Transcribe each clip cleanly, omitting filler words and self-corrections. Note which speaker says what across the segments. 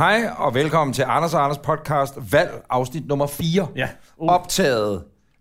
Speaker 1: Hej og velkommen til Anders og Anders podcast, valg afsnit nummer 4.
Speaker 2: Ja.
Speaker 1: Optaget.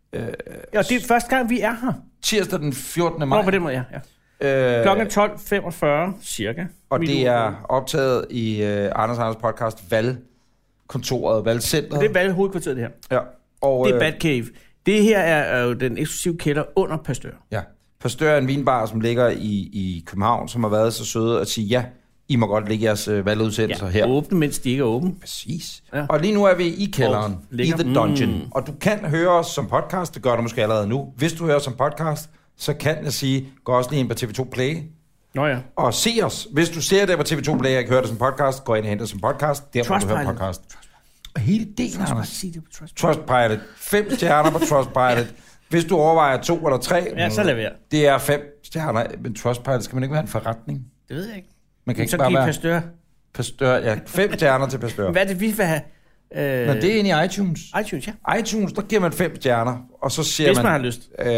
Speaker 2: Ja, det er første gang, vi er her.
Speaker 1: Tirsdag den 14. maj.
Speaker 2: Nå, på den måde, ja. Klokken 12.45 cirka.
Speaker 1: Og det er optaget i Anders og Anders podcast, valgkontoret, valgcentret.
Speaker 2: Det er valghovedkvarteret, det her.
Speaker 1: Ja. Og,
Speaker 2: det er Batcave. Det her er jo den eksklusive kælder under Pasteur.
Speaker 1: Ja. Pasteur er en vinbar, som ligger i København, som har været så søde at sige, ja, I må godt lægge jeres valgudsendelser her.
Speaker 2: Åbne, mens de ikke er åbne.
Speaker 1: Præcis. Ja. Og lige nu er vi i kælderen, i The Dungeon. Og du kan høre os som podcast, det gør du måske allerede nu. Hvis du hører os som podcast, så kan jeg sige, gå også lige ind på TV2 Play.
Speaker 2: Nå ja.
Speaker 1: Og se os. Hvis du ser det på TV2 Play, og ikke hører det som podcast, gå ind og hente det som podcast. Der hvor du hører podcast. Og hele ideen, Anders. Trustpilot. 5 stjerner på Trustpilot. Hvis du overvejer 2 eller 3,
Speaker 2: ja, så lever.
Speaker 1: det er 5 stjerner. Men Trustpilot, skal man ikke være en forretning?
Speaker 2: Det ved jeg ikke.
Speaker 1: Man kan ikke
Speaker 2: så
Speaker 1: bare være
Speaker 2: Pasteur.
Speaker 1: Pasteur, ja. 5 stjerner til Pasteur.
Speaker 2: Hvad er det, vi vil have?
Speaker 1: Nå, det er inde i iTunes.
Speaker 2: iTunes, ja.
Speaker 1: iTunes, der giver man 5 stjerner, og så siger
Speaker 2: hvis man har lyst.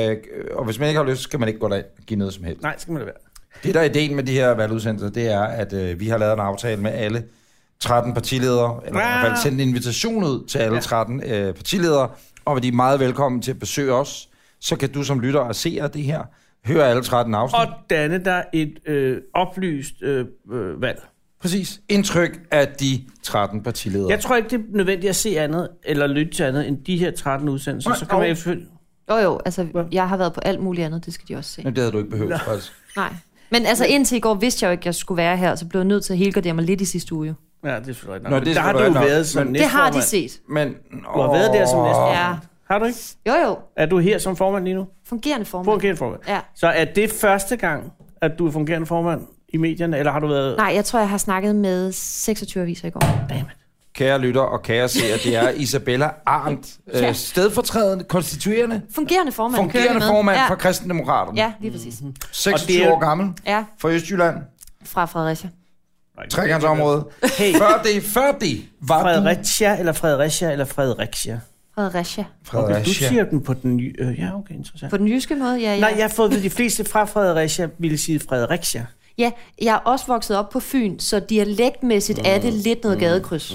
Speaker 1: Og hvis man ikke har lyst, så skal man ikke gå derind og give noget som helst.
Speaker 2: Nej, skal man det være.
Speaker 1: Det, der er ideen med de her valgudsendelser, det er, at vi har lavet en aftale med alle 13 partiledere, eller i hvert fald sendt en invitation ud til alle 13 partiledere, og de er meget velkommen til at besøge os. Så kan du som lytter og seer det her, høre alle 13 afsnit.
Speaker 2: Og danne der et oplyst valg.
Speaker 1: Præcis. Indtryk af de 13 partiledere.
Speaker 2: Jeg tror ikke, det er nødvendigt at se andet, eller lytte til andet, end de her 13 udsendelser.
Speaker 1: Nej,
Speaker 2: så kan man efterfølgende...
Speaker 3: Jo, altså, jeg har været på alt muligt andet, det skal de også se.
Speaker 1: Men det havde du ikke behøvet, faktisk.
Speaker 3: Nej. Men altså, indtil i går vidste jeg jo ikke, at jeg skulle være her, så blev jeg nødt til at helgardere mig lidt i sidste uge.
Speaker 2: Ja, det er selvfølgelig
Speaker 1: Nå,
Speaker 2: der har du været som næstformand.
Speaker 3: Det har de set.
Speaker 1: Men,
Speaker 2: du har været der som næstformand.
Speaker 3: Ja.
Speaker 2: Har du ikke?
Speaker 3: Jo.
Speaker 2: Er du her som formand lige nu?
Speaker 3: Fungerende formand.
Speaker 2: Ja. Så er det første gang, at du er fungerende formand i medierne, eller har du været...
Speaker 3: Nej, jeg tror, jeg har snakket med 26 aviser i går.
Speaker 2: Dammit.
Speaker 1: Kære lytter og kære seere, det er Isabella Arndt, stedfortrædende, konstituerende.
Speaker 3: Fungerende formand
Speaker 1: for Kristendemokraterne.
Speaker 3: Ja, lige præcis.
Speaker 1: 26 år gammel.
Speaker 3: Ja.
Speaker 1: Fra Østjylland.
Speaker 3: Fra Fredericia.
Speaker 1: Trekantsområde.
Speaker 2: Hey.
Speaker 1: Før det var
Speaker 2: Fredericia eller Fredericia eller Fredericia?
Speaker 3: Fredericia.
Speaker 2: Okay, du siger den på den nye... ja, okay, interessant.
Speaker 3: På den jyske måde, ja.
Speaker 2: Nej, jeg har fået de fleste fra Fredericia, ville sige Fredericia.
Speaker 3: Ja, jeg er også vokset op på Fyn, så dialektmæssigt er det lidt noget gadekryds.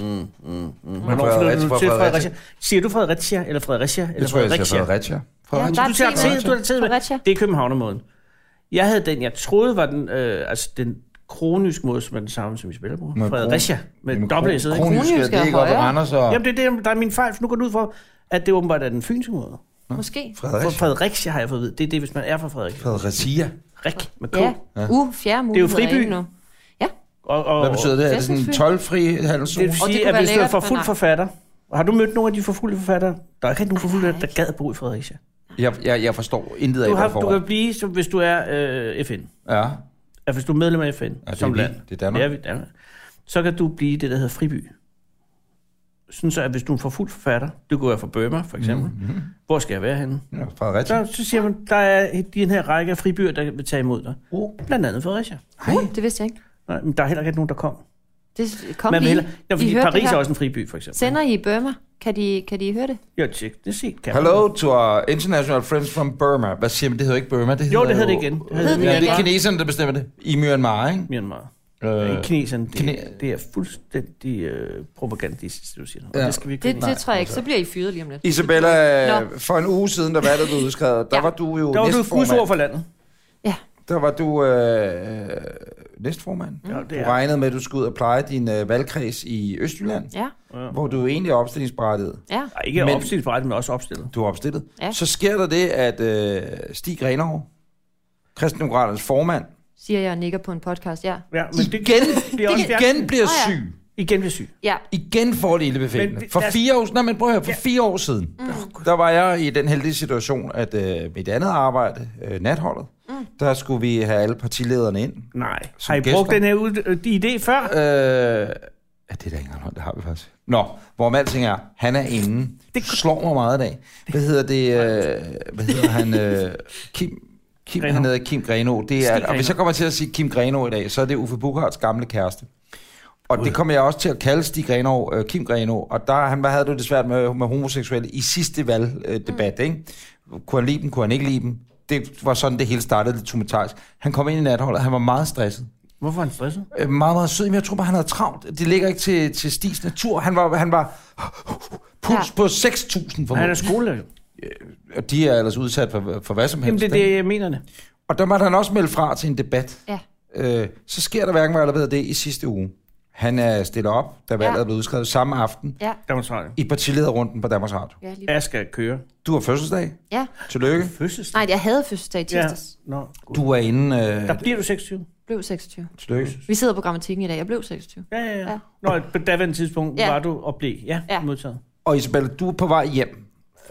Speaker 2: Hvornår flytter du til Fredericia? Siger du Fredericia eller Fredericia eller Fredericia?
Speaker 1: Jeg tror, jeg siger
Speaker 3: Fredericia.
Speaker 2: Du har tid. Det er Københavnermåden. Jeg havde den, jeg troede var den, den kroniske måde, som er den samme, som I spiller på. Fredericia, med dobbelt æsset.
Speaker 1: Kroniske, det er ikke oppe i Randers og...
Speaker 2: Jamen, det er der er min fejl, for nu går det ud for, at det åbenbart er den fynske måde.
Speaker 3: Måske.
Speaker 2: Fredericia har jeg fået at vide. Det er det, hvis man er fra Fredericia.
Speaker 1: Fredericia.
Speaker 2: Rik med K.
Speaker 3: Ja, fjerde mulighed.
Speaker 2: Det er jo friby.
Speaker 3: Ja.
Speaker 1: Hvad betyder det? Er det sådan en 12-fri handelszone?
Speaker 2: Det vil sige, at hvis du er forfulgt forfatter, og har du mødt nogle af de forfulgte forfattere? Der er ikke nogen forfulgte, der gad bo i Fredericia.
Speaker 1: Jeg forstår intet af, hvad det
Speaker 2: Du kan blive, som hvis du er FN.
Speaker 1: Ja.
Speaker 2: Altså, hvis du er medlem af FN som land.
Speaker 1: Det er Danmark.
Speaker 2: Så kan du blive det, der hedder friby. Sådan så, at hvis du er en forfulgt forfatter, det kunne være fra Burma, for eksempel. Hvor skal jeg være henne?
Speaker 1: Ja, Fredericia.
Speaker 2: Så siger man, der er den her række af fribyer, der vil tage imod dig. Blandt andet Fredericia.
Speaker 3: Det vidste jeg ikke.
Speaker 2: Nej, men der er heller ikke nogen, der kom.
Speaker 3: Det kom lige.
Speaker 2: Fordi Paris er også en friby, for eksempel.
Speaker 3: Sender I Burma? Kan de høre det?
Speaker 2: Ja, tjek. Det set.
Speaker 1: Hello to our international friends from Burma. Hvad siger man? Det hedder ikke Burma. Det hedder
Speaker 2: det hedder det igen.
Speaker 1: Det er kineserne, der bestemmer det. I Myanmar, ikke?
Speaker 2: Myanmar. Kineserne, det er fuldstændig propagandistisk, du siger.
Speaker 3: Ja. Det skal vi ikke det tror jeg ikke. Så bliver I fyret lige om lidt.
Speaker 1: Isabella, for en uge siden, da valget blev udskrevet, der var du jo
Speaker 2: næstformand. Der var du gudsord for landet.
Speaker 3: Ja.
Speaker 1: Der var du næstformand. Du regnede med, at du skulle ud og pleje din valgkreds i Østjylland.
Speaker 3: Ja.
Speaker 1: Hvor du egentlig er opstillingsberettiget.
Speaker 3: Ja.
Speaker 2: Ikke opstillingsberettiget, men også opstillet.
Speaker 1: Du er opstillet.
Speaker 3: Ja.
Speaker 1: Så sker der det, at Stig Grenov, Kristendemokraternes formand,
Speaker 3: siger jeg og nikker på en podcast, ja.
Speaker 2: Men
Speaker 1: igen bliver syg.
Speaker 2: Igen bliver syg.
Speaker 3: Ja.
Speaker 1: Igen får det ildebefindende. For 4 år, nej, men prøv at høre, for 4 år siden, der var jeg i den heldige situation, at mit andet arbejde, natholdet, der skulle vi have alle partilederne ind.
Speaker 2: Nej. Har I brugt den her idé før?
Speaker 1: Ja, det er da ikke engang, det har vi faktisk. Nå, hvor alting er, han er inde. Det slår mig meget i dag. Hvad hedder han? Kim, han hedder Kim Grenaa. Og hvis jeg kommer til at sige Kim Grenaa i dag, så er det Uffe Buchardts gamle kæreste. Og det kommer jeg også til at kalde Stig Grenaa, Kim Grenaa. Og der havde du det svært med homoseksuelle i sidste valgdebat, ikke? Kunne han lide dem, kunne han ikke lide dem? Det var sådan, det hele startede lidt tumultarisk. Han kom ind i natholdet, han var meget stresset.
Speaker 2: Hvorfor er han stresset?
Speaker 1: Meget, meget sød, men jeg tror bare, han havde travlt. Det ligger ikke til Stigs natur. Han var puls på 6.000 for
Speaker 2: Han er skolelærer.
Speaker 1: Og de er ellers udsat for hvad som helst.
Speaker 2: Jamen, det er det, jeg mener det.
Speaker 1: Og der måtte han også melde fra til en debat.
Speaker 3: Ja.
Speaker 1: Så sker der hverken, hvad der ved det i sidste uge. Han er stillet op, da valget er blevet udskrevet samme aften i partilederrunden på Danmarks Radio.
Speaker 2: Ja, jeg skal køre.
Speaker 1: Du har fødselsdag.
Speaker 3: Ja.
Speaker 1: Tillykke.
Speaker 3: Nej, jeg havde fødselsdag i tirsdags.
Speaker 2: Ja.
Speaker 1: Du er inde...
Speaker 2: Der bliver du 26.
Speaker 3: Blev 26.
Speaker 1: Tillykke.
Speaker 3: Vi sidder på grammatikken i dag. Jeg blev 26.
Speaker 2: Ja. Nå, på daværende tidspunkt var du og blev modtaget.
Speaker 1: Og Isabella, du er på vej hjem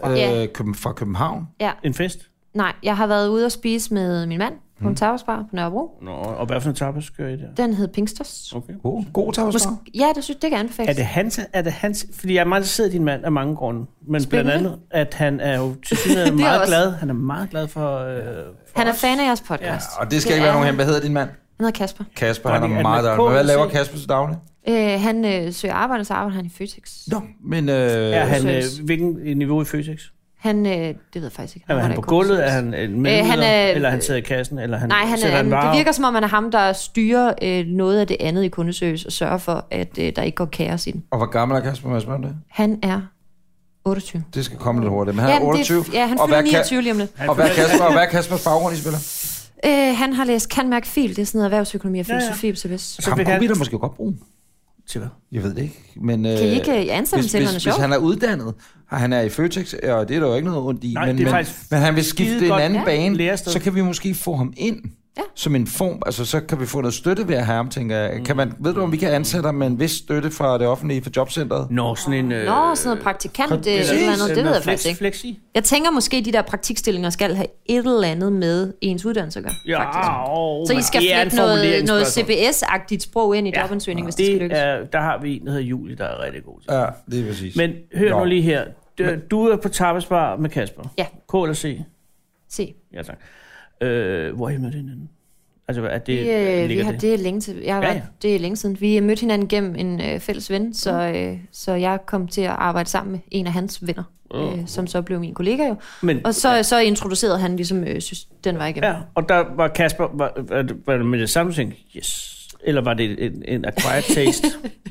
Speaker 1: fra København.
Speaker 3: Ja.
Speaker 2: En fest?
Speaker 3: Nej, jeg har været ude at spise med min mand på en tapasbar på Nørrebro.
Speaker 2: Nå, og hvad for en tapas kører I der?
Speaker 3: Den hed Pinksters.
Speaker 1: Okay. God tapasbar.
Speaker 3: Ja, det synes det kan anbefales.
Speaker 2: Er det hans? Fordi jeg er meget interesseret i din mand af mange grunde. Men blandt andet, at han er jo til synligheden meget glad. Han er meget glad for
Speaker 3: han er fan af jeres podcast.
Speaker 1: Ja, og det skal ikke være nogen hen. Hvad hedder din mand?
Speaker 3: Han hedder Kasper.
Speaker 1: Kasper, han er meget dejlig. Hvad laver Kasper til daglig?
Speaker 3: Han søger arbejde, så arbejder han i Føtex.
Speaker 1: Nå, men...
Speaker 2: Er han hvilken niveau i Føtex?
Speaker 3: Han, det ved jeg faktisk ikke.
Speaker 2: Er han på gulvet? Er han en mellemleder? Eller han sidder i kassen? Eller han
Speaker 3: det virker som om, han er ham, der styrer noget af det andet i kundeservice og sørger for, at der ikke går kaos i den.
Speaker 1: Og hvor gammel er Kasper, må jeg spørge det?
Speaker 3: Han er 28.
Speaker 1: Det skal komme lidt hurtigt, men han er 28.
Speaker 3: Han fylder 29 lige om lidt.
Speaker 1: Og hvad er Kaspers baggrund, Isabella?
Speaker 3: Han har læst Kan-Mærk-Fil, det er sådan noget erhvervsøkonomi og filosofi på CBS.
Speaker 1: Så ham kunne vi da måske godt bruge.
Speaker 2: Til hvad?
Speaker 1: Jeg ved det ikke. Men,
Speaker 3: kan I ikke ansætte til,
Speaker 1: hvis han er uddannet, og han er i Føtex, og det er der jo ikke noget ondt i,
Speaker 2: nej,
Speaker 1: men han vil skifte en anden bane,
Speaker 2: så
Speaker 1: kan vi måske få ham ind som en form, altså så kan vi få noget støtte ved at have ham, tænker jeg. Ved du, om vi kan ansætte ham med en vis støtte fra det offentlige, fra jobcentret?
Speaker 3: Sådan noget praktikant, eller andet, det ved jeg faktisk ikke.
Speaker 2: Flexi.
Speaker 3: Jeg tænker måske, de der praktikstillinger skal have et eller andet med ens uddannelse at gøre, faktisk. Så I skal flette noget CBS-agtigt sprog ind i jobansøgningen, hvis det skal lykkes.
Speaker 2: Der har vi en, der hedder Julie, der er rigtig god til.
Speaker 1: Ja, det er præcis.
Speaker 2: Men hør nu lige her. Du er på tapasbar med Kasper.
Speaker 3: Ja.
Speaker 2: K eller C?
Speaker 3: C.
Speaker 2: Ja, tak. Hvor har I mødt hinanden? Altså, er det,
Speaker 3: det er længe til. Det er længe siden. Vi mødte hinanden gennem en fælles ven, så jeg kom til at arbejde sammen med en af hans venner, som så blev min kollega jo. Og så introducerede han ligesom, synes, den var igennem.
Speaker 2: Ja, og der var Kasper, var det med det samme ting? Yes. Eller var det en acquired taste?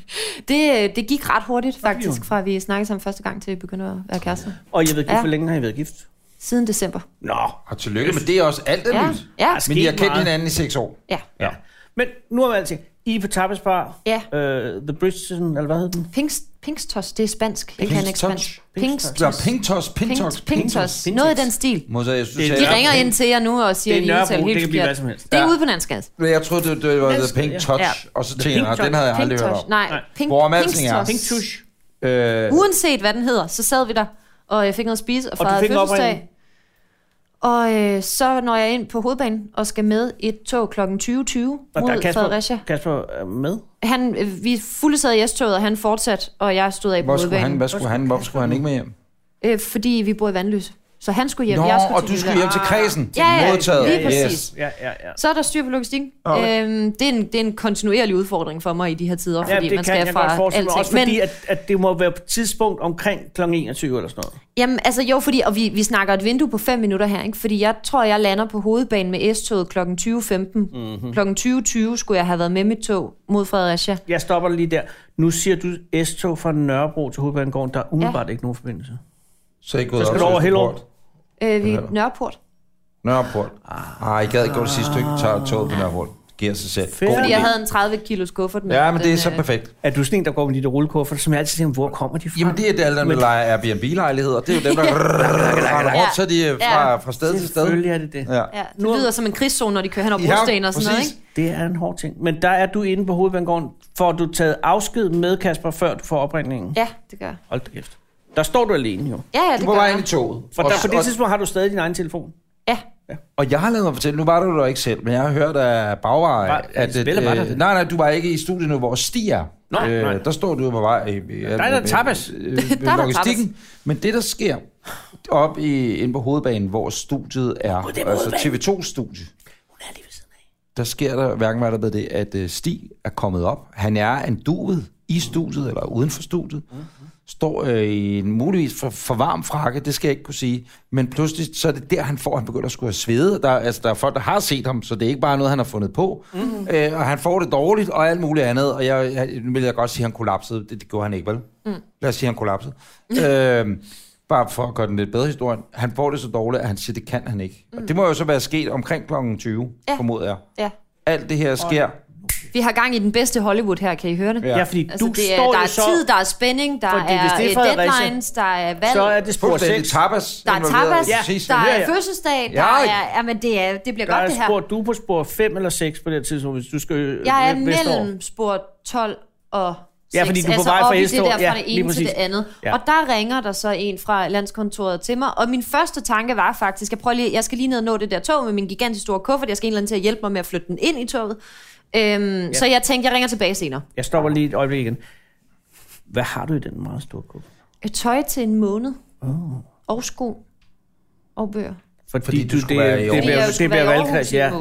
Speaker 3: det gik ret hurtigt, faktisk, fra vi snakkede sammen første gang, til vi begyndte at være kærester.
Speaker 2: Og jeg ved ikke, hvor længe har I været gift?
Speaker 3: Siden december.
Speaker 1: Nå, og tillykke, men det er også alt er nyt.
Speaker 3: Ja.
Speaker 1: Men I har kendt hinanden i 6 år.
Speaker 3: Ja.
Speaker 2: Men nu har vi altid. I er på tapasbar.
Speaker 3: Ja.
Speaker 2: The British, eller hvad hedder den?
Speaker 3: Pinktos, det er spansk. Jeg kan ikke spansk.
Speaker 1: Pinktos.
Speaker 3: Noget i den stil. De ringer ind til jer nu og siger, at I udtaler helt forkert. Det er ude på Nansgade.
Speaker 1: Jeg troede, det var The Pink Touch, og så tænkte jeg, den havde jeg aldrig hørt om.
Speaker 3: Nej,
Speaker 1: Pinktos.
Speaker 3: Uanset hvad den hedder, så sad vi der, og jeg fik noget at spise og fejrede fødselsdag. Og så når jeg ind på hovedbanen og skal med et tog kl. 20.20 mod Fredericia.
Speaker 2: Kasper er med?
Speaker 3: Vi fulde sad i S-toget, og han fortsat, og jeg stod af på hovedbanen.
Speaker 1: Hvorfor skulle han ikke med hjem?
Speaker 3: Fordi vi bor i Vandløse. Så han skulle hjem,
Speaker 1: jeg skulle til du skulle hjem til kredsen, til modtaget.
Speaker 3: Lige præcis.
Speaker 2: Ja.
Speaker 3: Så er der styr på logistikken. Det er en kontinuerlig udfordring for mig i de her tider, fordi man skal fra alting.
Speaker 2: Også fordi, at det må være på et tidspunkt omkring kl. 21 eller sådan noget.
Speaker 3: Jamen, altså jo, fordi, og vi snakker et vindue på 5 minutter her, ikke? Fordi jeg tror, jeg lander på hovedbanen med S-toget kl. 20.15. Kl. 20.20 skulle jeg have været med mit tog mod Fredericia.
Speaker 2: Jeg stopper lige der. Nu siger du S-tog fra Nørrebro til Hovedbanegården. Der er umiddelbart ikke nogen forbindelse.
Speaker 1: Så I gået
Speaker 2: skal du over Hellerup?
Speaker 3: Nørreport.
Speaker 1: I gad ikke gå det sidste stykke, tager toget på Nørreport. Giver sig selv.
Speaker 3: Fordi jeg havde en 30 kilos kuffert med.
Speaker 1: Ja, men det er så perfekt.
Speaker 2: Er du sådan en, der går med de der rullekufferter, som jeg altid tænker, hvor kommer de fra?
Speaker 1: Jamen, det er alle dem, der leger Airbnb-lejligheder. Det er jo dem, der render rundt, så de fra sted til sted.
Speaker 2: Selvfølgelig er det det.
Speaker 3: Ja, det lyder som en krigszone, når de kører hen over brosten og sådan noget, ikke?
Speaker 2: Det er en hård ting. Men der er du inde på Hovedbanegården. Får du taget afsked med Kasper, før du får opringningen?
Speaker 3: Ja, det gør jeg.
Speaker 2: Hold da kæft. Der står du alene, jo.
Speaker 3: Ja, det
Speaker 1: gør jeg. Du var ind i toget.
Speaker 2: For på det tidspunkt har du stadig din egen telefon.
Speaker 3: Ja.
Speaker 1: Og jeg har lavet mig fortælle, nu var du der ikke selv, men jeg har hørt af bagveje, nej, du var ikke i studiet nu, hvor Stig er.
Speaker 2: Nej.
Speaker 1: Der står du på vej.
Speaker 2: Der er tapas.
Speaker 1: Logistikken. Men det, der sker op inde på hovedbanen, hvor studiet er, altså TV2-studie, der sker der hverken hvad der ved det, at Stig er kommet op. Han er en duvet i studiet, eller uden for studiet. står i en muligvis for varm frakke, det skal jeg ikke kunne sige, men pludselig så er det der, han begynder at skulle have svede. Der er folk, der har set ham, så det er ikke bare noget, han har fundet på. Og han får det dårligt og alt muligt andet, og jeg vil godt sige, at han kollapsede. Det gjorde han ikke, vel? Lad os sige, at han kollapsede. Bare for at gøre den lidt bedre historie. Han får det så dårligt, at han siger, det kan han ikke. Og det må jo så være sket omkring kl. 20, formoder jeg. Ja. Alt det her sker...
Speaker 3: Vi har gang i den bedste Hollywood her, kan I høre det?
Speaker 2: Ja, fordi
Speaker 3: altså, der er tid, der er spænding, der er deadlines, der er valg.
Speaker 2: Så er det spor 6.
Speaker 1: Tapas.
Speaker 3: Der er tapas, der er fødselsdag, der er... Jamen, det bliver godt, det her.
Speaker 2: Du er på spor 5 eller 6 på det tidspunkt, hvis du skal...
Speaker 3: Jeg er mellem spor 12 og 6.
Speaker 2: Ja, fordi du er på vej fra
Speaker 3: det der fra det ene til det andet. Ja. Og der ringer der så en fra landskontoret til mig, og min første tanke var faktisk, jeg skal lige ned og nå det der tog med min gigantisk store kuffert, jeg skal en eller anden til at hjælpe mig med at flytte den ind i toget. Så jeg tænkte, jeg ringer tilbage senere.
Speaker 2: Jeg stopper lige et øjeblik igen. Hvad har du i den meget store kuffert?
Speaker 3: Et tøj til en måned. Og sko. Og bøger.
Speaker 2: Fordi du skulle være i Aarhus. Det bliver valgkreds, ja.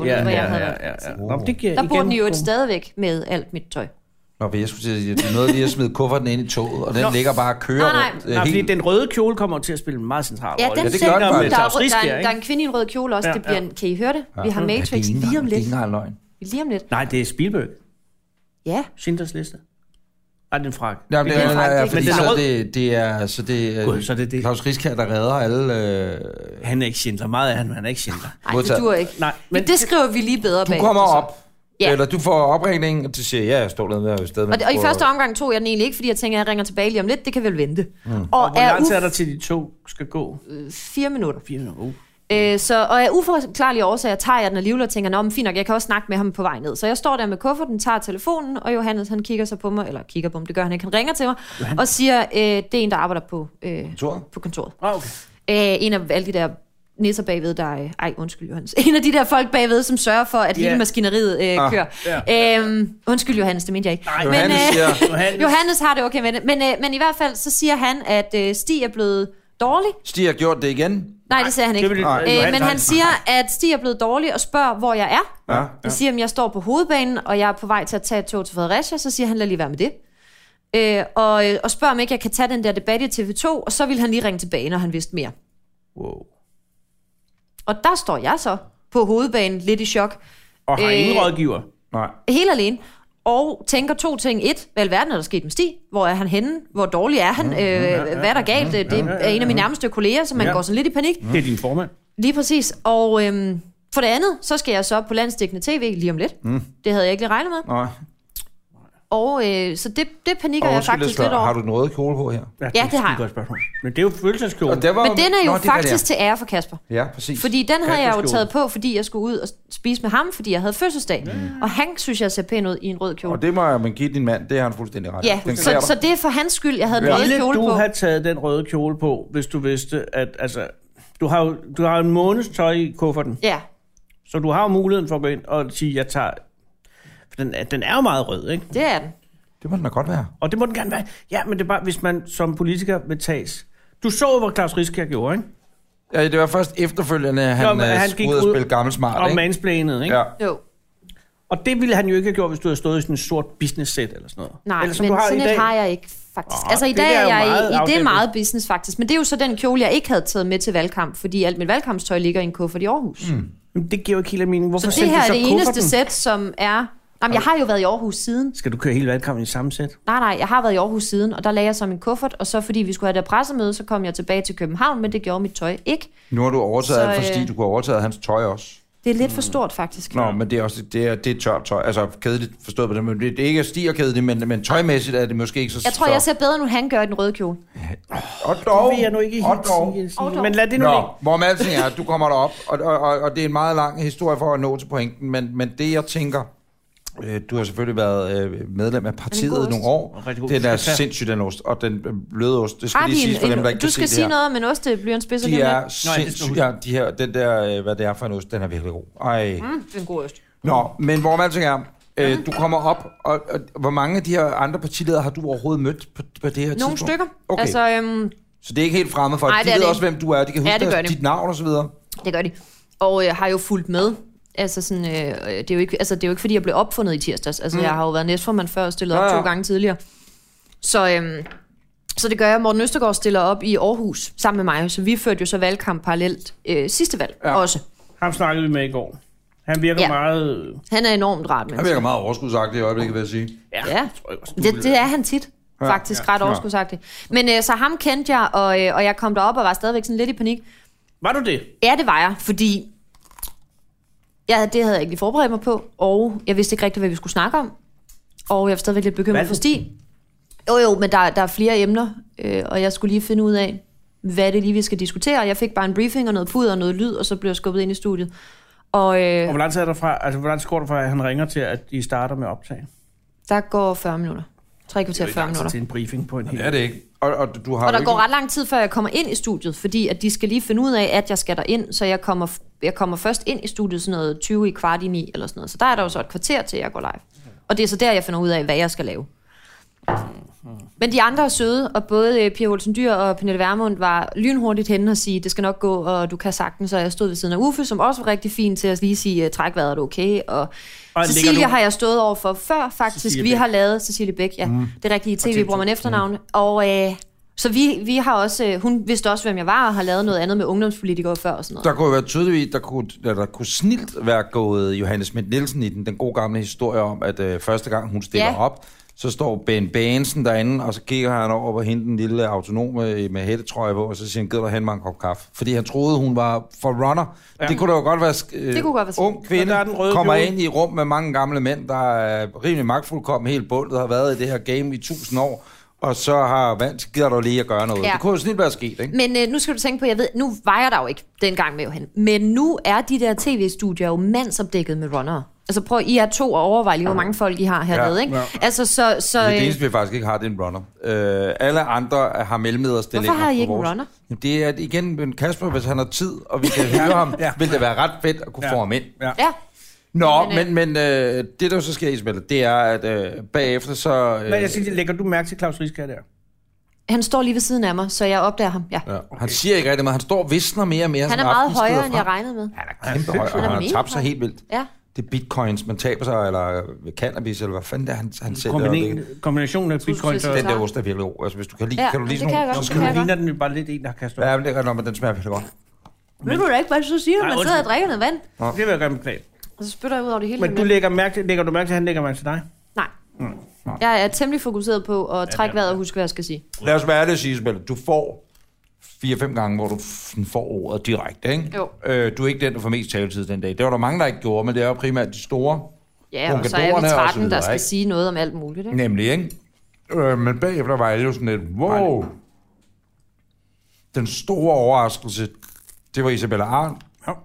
Speaker 3: Der bor den jo stadigvæk med alt mit tøj.
Speaker 1: Nå, jeg skulle sige, det er noget lige at smide kufferten ind i toget, og den ligger bare og kører rundt.
Speaker 2: Nej, fordi den røde kjole kommer til at spille en meget central rolle.
Speaker 3: Ja, det gør den. Der er en kvinde i en rød kjole også. Det bliver kan I høre det? Vi har Matrix lige om lidt.
Speaker 1: Det er ikke løgn.
Speaker 3: Lige om lidt.
Speaker 2: Nej, det er Spielberg.
Speaker 3: Ja.
Speaker 2: Schindlers liste. Ej, den frak.
Speaker 1: Ja, men det er det Klaus Riskær, der redder alle...
Speaker 2: Han er ikke Schindler. Meget af han er ikke Schindler.
Speaker 3: Nej, det duer ikke. Nej, men det skriver vi lige bedre bag.
Speaker 1: Du kommer op. Ja. Eller du får opringningen, og du siger, ja, jeg står der i stedet.
Speaker 3: Og i første omgang tog jeg den egentlig ikke, fordi jeg tænker, at jeg ringer tilbage lige om lidt, det kan vel vente.
Speaker 2: Og hvor lang tid er der til de to skal gå?
Speaker 3: 4 minutter.
Speaker 2: 4 minutter,
Speaker 3: og af uforklarlige årsager tager jeg den alligevel og tænker, nå, men fint nok, jeg kan også snakke med ham på vej ned. Så jeg står der med kufferten, tager telefonen, og Johannes, han kigger sig på mig, eller kigger på mig, det gør han ikke, han ringer til mig, og siger, det er en, der arbejder på kontoret.
Speaker 2: Okay.
Speaker 3: En af alle de der nisser bagved, der undskyld Johannes. En af de der folk bagved, som sørger for, at hele maskineriet kører. Yeah. Undskyld Johannes, det mente jeg ikke. Johannes har det okay med det. Men i hvert fald, så siger han, at Stig er blevet dårlig.
Speaker 1: Stig har gjort det igen?
Speaker 3: Nej, det siger han ikke. Men han siger, at Stig er blevet dårlig og spørger, hvor jeg er. Ja. Jeg siger, at jeg står på hovedbanen, og jeg er på vej til at tage et tog til Fredericia. Så siger han, lad lige være med det. Og spørger, om ikke jeg kan tage den der debat i TV2, og så vil han lige ringe tilbage, når han vidste mere.
Speaker 1: Wow.
Speaker 3: Og der står jeg så på hovedbanen, lidt i chok.
Speaker 2: Og har ingen rådgiver?
Speaker 1: Nej.
Speaker 3: Helt alene. Og tænker 2 ting. 1, hvad i verden er der sket med Stig? Hvor er han henne? Hvor dårlig er han? Hvad er der galt? Det er en af mine nærmeste kolleger, så man går sådan lidt i panik.
Speaker 2: Det er din formand.
Speaker 3: Lige præcis. Og for det andet, så skal jeg så på landsdækkende tv lige om lidt. Det havde jeg ikke lige regnet med.
Speaker 1: Nej.
Speaker 3: Og så det panikker jeg faktisk lidt over.
Speaker 1: Har du den røde kjole på her?
Speaker 3: Ja, det har jeg.
Speaker 2: Men det er jo følelseskjole.
Speaker 3: Men den er jo faktisk til ære for Kasper.
Speaker 1: Ja, præcis.
Speaker 3: Fordi den havde jeg jo taget på, fordi jeg skulle ud og spise med ham, fordi jeg havde fødselsdag. Og han synes, jeg ser pæn ud i en rød kjole.
Speaker 1: Og det må man give din mand, det har han fuldstændig ret.
Speaker 3: Ja, så det er for hans skyld, jeg havde den røde kjole på.
Speaker 2: Ville du have taget den røde kjole på, hvis du vidste, at altså, du har en måneds tøj i kufferten.
Speaker 3: Ja.
Speaker 2: Så du har jo muligheden for at gå ind og sige, jeg tager... Den er jo meget rød, ikke?
Speaker 3: Det er den.
Speaker 1: Det må den da godt være.
Speaker 2: Og det må den gerne være. Ja, men det er bare, hvis man som politiker vil tages. Du så, hvad Klaus Riskær gjorde, ikke?
Speaker 1: Ja, det var først efterfølgende, han skulle ud og spille gammel smart,
Speaker 2: og mansplainet, ikke?
Speaker 1: Ja.
Speaker 3: Jo.
Speaker 2: Og det ville han jo ikke have gjort, hvis du havde stået i sådan en sort business set eller sådan noget.
Speaker 3: Nej, eller, men sådan et har jeg ikke faktisk. Altså i dag er jeg det er meget business faktisk. Men det er jo så den kjole, jeg ikke havde taget med til valgkamp, fordi alt mit valgkampstøj ligger i en kuffert i Aarhus.
Speaker 2: Men det giver jo ikke helt mening. Hvorfor
Speaker 3: så det her er det eneste sæt, som er... Jamen, jeg har jo været i Aarhus siden.
Speaker 2: Skal du køre hele valgkampen i samme sæt?
Speaker 3: Nej, jeg har været i Aarhus siden, og der lagde jeg så min kuffert, og så fordi vi skulle have det pressemøde, så kom jeg tilbage til København, men det gjorde mit tøj ikke.
Speaker 1: Nu har du overtaget alt for Stig, du kunne have overtaget hans tøj også.
Speaker 3: Det er lidt for stort, faktisk.
Speaker 1: Nå, men det er også det er tørt tøj. Altså, kedeligt forstået på det, men det er ikke Stig og kedeligt, men tøjmæssigt er det måske ikke så...
Speaker 3: Jeg tror, jeg ser bedre, nu han gør i den røde kjole.
Speaker 1: Og dog.
Speaker 2: Det vil jeg nu ikke helt sige. Men lad det nu ligge.
Speaker 1: Hvor alting er, du kommer derop, og det er en meget lang historie for at nå til pointen, men det jeg tænker... Du har selvfølgelig været medlem af partiet nogle år. Den er sindssygt, den ost. Og den bløde ost, det skal lige siges for dem, der ikke kan se det her.
Speaker 3: Du skal sige noget om en ost, det bliver en spidser.
Speaker 1: De er sindssygt. Ja, den der, hvad det er for en ost, den er virkelig god. Ej.
Speaker 3: Det er en god ost.
Speaker 1: Nå, men hvor alting er, du kommer op, og hvor mange af de her andre partiledere har du overhovedet mødt på det her tidspunkt?
Speaker 3: Nogle stykker.
Speaker 1: Okay.
Speaker 3: Altså,
Speaker 1: så det er ikke helt fremmed for de ved også, hvem du er. De kan huske dit navn og så videre.
Speaker 3: Det gør de. Og jeg har jo fulgt med. Altså sådan, det er jo ikke fordi jeg blev opfundet i tirsdags. Altså jeg har jo været næstformand før og stillet op 2 gange tidligere. Så Så det gør jeg. Morten Østergaard stiller op i Aarhus sammen med mig, så vi førte jo så valgkamp parallelt sidste valg også.
Speaker 2: Ham snakkede vi med i går. Han virker meget...
Speaker 3: Han er enormt rart.
Speaker 1: Han virker meget overskudsagtig i øjeblikket, vil jeg sige.
Speaker 3: Ja. Det er han tit. Faktisk ret overskudsagtig. Men så ham kendte jeg, og jeg kom derop og var stadigvæk sådan lidt i panik.
Speaker 2: Var du det?
Speaker 3: Ja, det var jeg, fordi det havde jeg ikke lige forberedt mig på, og jeg vidste ikke rigtigt, hvad vi skulle snakke om. Og jeg var stadigvæk lidt bekymret for Stig. Jo, men der er flere emner, og jeg skulle lige finde ud af, hvad det lige vi skal diskutere. Jeg fik bare en briefing og noget pud og noget lyd, og så blev jeg skubbet ind i studiet. Og
Speaker 2: hvor lang tid er der fra, altså hvor lang tid går der fra, at han ringer til, at de starter med optag?
Speaker 3: Der går 40 minutter. 3 kvarter 40 minutter.
Speaker 2: Til en briefing på en hel...
Speaker 1: Ja, det er ikke. Og
Speaker 3: der går ret lang tid, før jeg kommer ind i studiet, fordi at de skal lige finde ud af, at jeg skal derind, så jeg kommer først ind i studiet sådan noget 20 i kvart i 9 eller sådan noget. Så der er der jo så et kvarter til, jeg går live. Og det er så der, jeg finder ud af, hvad jeg skal lave. Men de andre er søde, og både Pia Olsen Dyhr og Pernille Vermund var lynhurtigt henne og sige, det skal nok gå, og du kan sagtens. Så jeg stod ved siden af Uffe, som også var rigtig fin til at lige sige, træk vejret, er det okay? Og Cecilie har jeg stået over for før, faktisk. Cecilie vi har lavet Cecilie Bæk, ja. Det rigtige tv, bruger man efternavne. Og så vi har også, hun vidste også, hvem jeg var, og har lavet noget andet med ungdomspolitikere før og sådan noget.
Speaker 1: Der kunne være tydeligt, der kunne snilt være gået Johanne Schmidt Nielsen i den gode gamle historie om, at første gang hun stiller op, så står Ben Benson derinde, og så kigger han over på hende, den lille autonome med hættetrøje på, og så siger han, gider dig hen med en kop kaffe. Fordi han troede, hun var forrunner. Ja. Det kunne da jo godt være ung kvinde, kommer ind i et rum med mange gamle mænd, der er rimelig magtfuldkommen, helt bundet, har været i det her game i 1000 år, og så gider du lige at gøre noget. Ja. Det kunne jo snit være sket, ikke?
Speaker 3: Men nu skal du tænke på, jeg ved, nu var jeg der jo ikke dengang med Johan, men nu er de der tv-studier jo mandsopdækket med runnere. Altså prøv, I er 2 og overvej lige, hvor mange folk I har hernede, ikke? Ja. Altså, så
Speaker 1: det eneste, vi faktisk ikke har, det er en runner. Alle andre har mellemlederstillinger.
Speaker 3: Hvorfor har I ikke en runner?
Speaker 1: Det er igen Kasper, hvis han har tid, og vi kan høre ham, vil det være ret fedt at kunne få ham ind.
Speaker 3: Ja.
Speaker 1: Nå, men det, der så sker, Isabella, det er, at bagefter så...
Speaker 2: Nej, jeg siger, lægger du mærke til Claus Rieskær der?
Speaker 3: Han står lige ved siden af mig, så jeg opdager ham, ja.
Speaker 1: Okay. Han siger ikke rigtig meget, han står og visner mere og mere.
Speaker 3: Han er meget højere, end jeg regnede med.
Speaker 1: Han er kæmpe højere, og han har tabt sig helt vildt.
Speaker 3: Ja.
Speaker 1: Det er bitcoins, man taber sig, eller cannabis, eller hvad fanden det er, han sælger.
Speaker 2: Kombinationen af bitcoins og...
Speaker 1: Den der ost er virkelig god. Altså, hvis du kan lide, kan du lide sådan nogle...
Speaker 2: Så ligner den jo bare lidt en, der har kastet op.
Speaker 1: Ja, men det er godt, men den smager virkelig godt.
Speaker 3: Ved du da ikke, hvad du så siger, man sidder og drikker noget vand?
Speaker 2: Det vil jeg gerne beklage.
Speaker 3: Og så spytter jeg ud over det hele.
Speaker 2: Men du lægger du mærke til, at han lægger mærke til dig?
Speaker 3: Nej. Jeg er temmelig fokuseret på at trække vejret og huske, hvad jeg skal sige.
Speaker 1: Lad os være det, Isabella. Du får 4-5 gange, hvor du får ordet direkte, ikke?
Speaker 3: Jo.
Speaker 1: Du er ikke den, der får mest taletid den dag. Det var der mange, der ikke gjorde, men det er jo primært de store.
Speaker 3: Ja, og så er vi 13, der skal sige noget om alt muligt, ikke?
Speaker 1: Nemlig, ikke? Men bagefter var jeg jo sådan lidt, wow. Den store overraskelse, det var Isabella Arndt.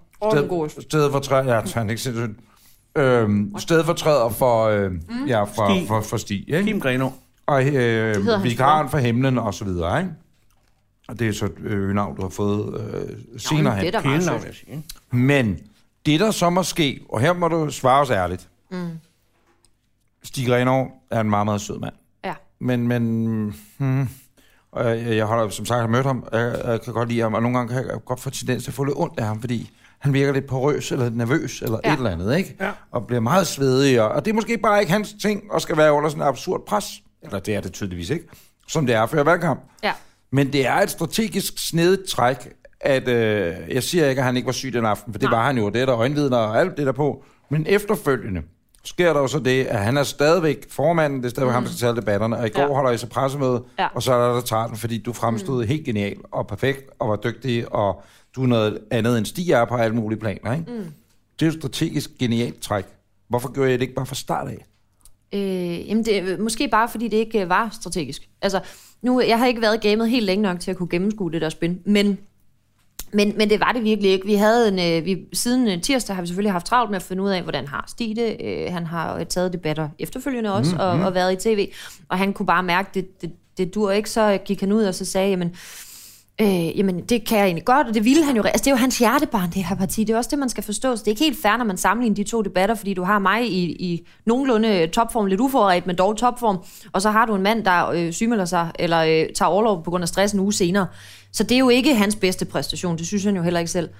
Speaker 1: Stedfortræder for Stig, ikke?
Speaker 2: Kim Grenaa.
Speaker 1: Og vikaren for himlen og så videre, ikke? Og det er så et navn, du har fået senere hen. Men det der så måske, og her må du svare os ærligt. Stig Grenaa er en meget, meget sød mand.
Speaker 3: Ja.
Speaker 1: Men jeg har som sagt mødt ham, jeg kan godt lide ham, og nogle gange kan jeg godt få tendens til at få lidt ondt af ham, fordi han virker lidt porøs, eller nervøs, eller et eller andet, ikke? Ja. Og bliver meget svedig, og det er måske bare ikke hans ting, og skal være under sådan en absurd pres. Eller det er det tydeligvis ikke, som det er før valgkamp. Ja. Men det er et strategisk snedigt træk, at jeg siger ikke, at han ikke var syg den aften, for det var han jo, det er der øjenvidner og alt det der på. Men efterfølgende sker der jo så det, at han er stadigvæk formanden, det er stadigvæk ham, der skal tage debatterne, og i går holder I så pressemøde, og så er der tager den, fordi du fremstod helt genial og perfekt, og var dygtig, og du er noget andet end Stig er på alle mulige planer, ikke? Det er jo strategisk genialt træk. Hvorfor gjorde jeg det ikke bare fra start af?
Speaker 3: Jamen det er måske bare, fordi det ikke var strategisk. Altså, jeg har ikke været i gamet helt længe nok til at kunne gennemskue det der spin, men det var det virkelig ikke. Vi havde siden tirsdag har vi selvfølgelig haft travlt med at finde ud af, hvordan har Stig det. Han har taget debatter efterfølgende også, og været i tv, og han kunne bare mærke, det dur ikke. Så gik han ud og så sagde, jamen det kan jeg egentlig godt, og det ville han jo. Altså det er jo hans hjertebarn, det her parti. Det er også det, man skal forstå. Så det er ikke helt fair, når man sammenligner de 2 debatter, fordi du har mig i nogenlunde topform, lidt uforberedt, men dog topform, og så har du en mand, der sygemelder sig, eller tager orlov på grund af stress en uge senere. Så det er jo ikke hans bedste præstation, det synes han jo heller ikke selv.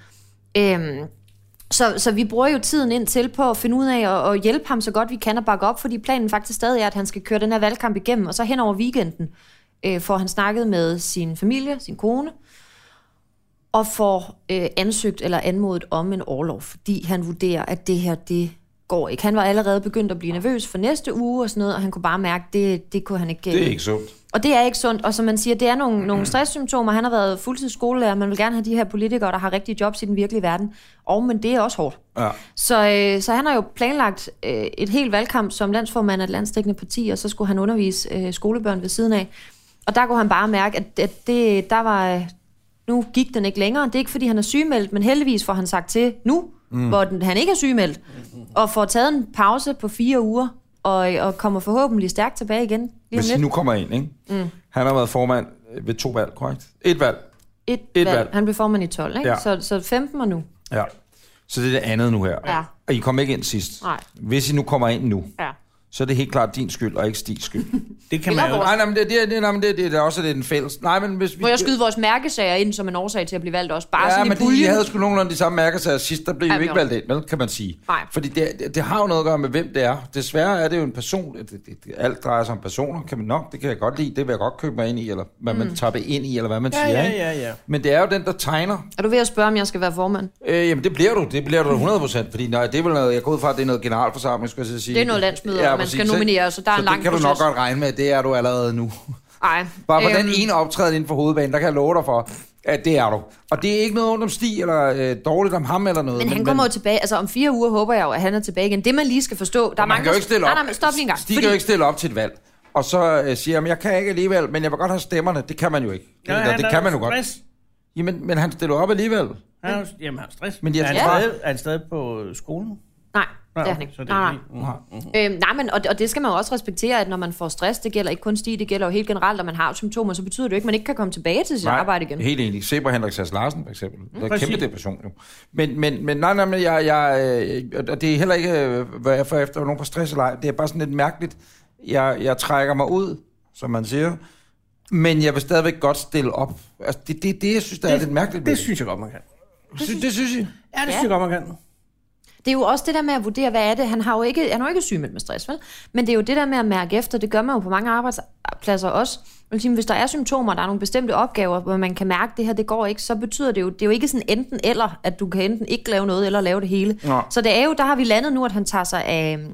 Speaker 3: Så vi bruger jo tiden ind til på at finde ud af at hjælpe ham så godt vi kan og bakke op, fordi planen faktisk stadig er, at han skal køre den her valgkamp igennem, og så hen over weekenden får han snakket med sin familie, sin kone, og får ansøgt eller anmodet om en orlov, fordi han vurderer, at det her, det går ikke. Han var allerede begyndt at blive nervøs for næste uge og sådan noget, og han kunne bare mærke, det kunne han ikke...
Speaker 1: Det er ikke sundt.
Speaker 3: Og det er ikke sundt, og som man siger, det er nogle stresssymptomer. Han har været fuldtidsskolelærer, man vil gerne have de her politikere, der har rigtige jobs i den virkelige verden. Men det er også hårdt. Ja. Så han har jo planlagt et helt valgkamp som landsformand af et landsdækkende parti, og så skulle han undervise skolebørn ved siden af. Og der kunne han bare mærke, at nu gik den ikke længere. Det er ikke, fordi han er sygemeldt, men heldigvis får han sagt til nu, hvor han ikke er sygemeldt, og får taget en pause på 4 uger, og kommer forhåbentlig stærkt tilbage igen.
Speaker 1: Hvis han nu kommer ind, ikke? Han har været formand ved 2 valg, korrekt? Et valg.
Speaker 3: Et valg. Han blev formand i 12, ikke? Ja. Så 15 og nu. Ja.
Speaker 1: Så det er det andet nu her. Ja. Og I kom ikke ind sidst. Nej. Hvis I nu kommer ind nu, så er det helt klart din skyld, og ikke Stigs skyld.
Speaker 2: Det kan man jo...
Speaker 1: Nej, men det er også den fælles. Nej, men hvis vi...
Speaker 3: Må jeg skyde vores mærkesager ind som en årsag til at blive valgt også? Bare
Speaker 1: ja,
Speaker 3: sådan
Speaker 1: men de havde sgu nogenlunde de samme mærkesager sidst, der blev jo ikke valgt ind, vel, kan man sige. Nej. Fordi det har jo noget at gøre med, hvem det er. Desværre er det jo en person. Alt drejer sig om personer, kan man nok. Det kan jeg godt lide. Det vil jeg godt købe mig ind i, eller hvad man tager ind i, eller hvad man siger. Ja. Men det er jo den, der tegner.
Speaker 3: Er du ved at spørge, om jeg skal være formand?
Speaker 1: Jamen, det bliver du. Det bliver du 100%. Fordi nej, det er vel noget, jeg går ud fra, at det er noget generalforsamling, skal jeg sige.
Speaker 3: Det er noget landsmøde, og man skal nominere, så der er en lang
Speaker 1: proces. Det kan du nok godt regne med, det er du allerede nu.
Speaker 3: Nej.
Speaker 1: Bare på den ene optræden inden for hovedbanen, der kan jeg love dig for, at det er du. Og det er ikke noget ondt om Stig, eller dårligt om ham, eller noget.
Speaker 3: Men han kommer jo tilbage, altså om 4 uger håber jeg jo, at han er tilbage igen. Det man lige skal forstå, der er mange...
Speaker 1: kan jo ikke stille op.
Speaker 3: Nej, stop lige en gang.
Speaker 1: Stig kan jo ikke stille op til et valg. Og så siger han, jeg kan ikke alligevel, men jeg vil godt have stemmerne. Det kan man jo ikke. Det kan man jo godt. Jamen, men han stiller op alligevel.
Speaker 2: Jamen, han stress.
Speaker 1: Men
Speaker 2: er han stadig på skolen?
Speaker 3: Nej, det er han ikke. Nej, men og det skal man jo også respektere, at når man får stress, det gælder ikke kun Stig, det gælder jo helt generelt, at man har symptomer, så betyder det jo ikke, at man ikke kan komme tilbage til sit arbejde igen.
Speaker 1: Helt enig. Se på Henrik Sass Larsen, for eksempel. Det er kæmpe depression jo. Men nej, men jeg det er heller ikke, hvad jeg får efter nogen på stress eller ej. Det er bare sådan lidt mærkeligt. Jeg trækker mig ud, som man siger, men jeg vil stadigvæk godt stille op. Altså, det jeg synes, der er lidt mærkeligt.
Speaker 2: Det synes jeg godt, man kan.
Speaker 1: Det synes I?
Speaker 2: Ja, det synes jeg godt, man kan.
Speaker 3: Det er jo også det der med at vurdere, hvad er det? Han er jo ikke sygemeldt med stress, vel? Men det er jo det der med at mærke efter, det gør man jo på mange arbejdspladser også. Hvis der er symptomer, der er nogle bestemte opgaver, hvor man kan mærke, at det her, det går ikke, så betyder det er jo ikke sådan enten eller, at du kan enten ikke lave noget, eller lave det hele. Nå. Så det er jo, der har vi landet nu, at han tager sig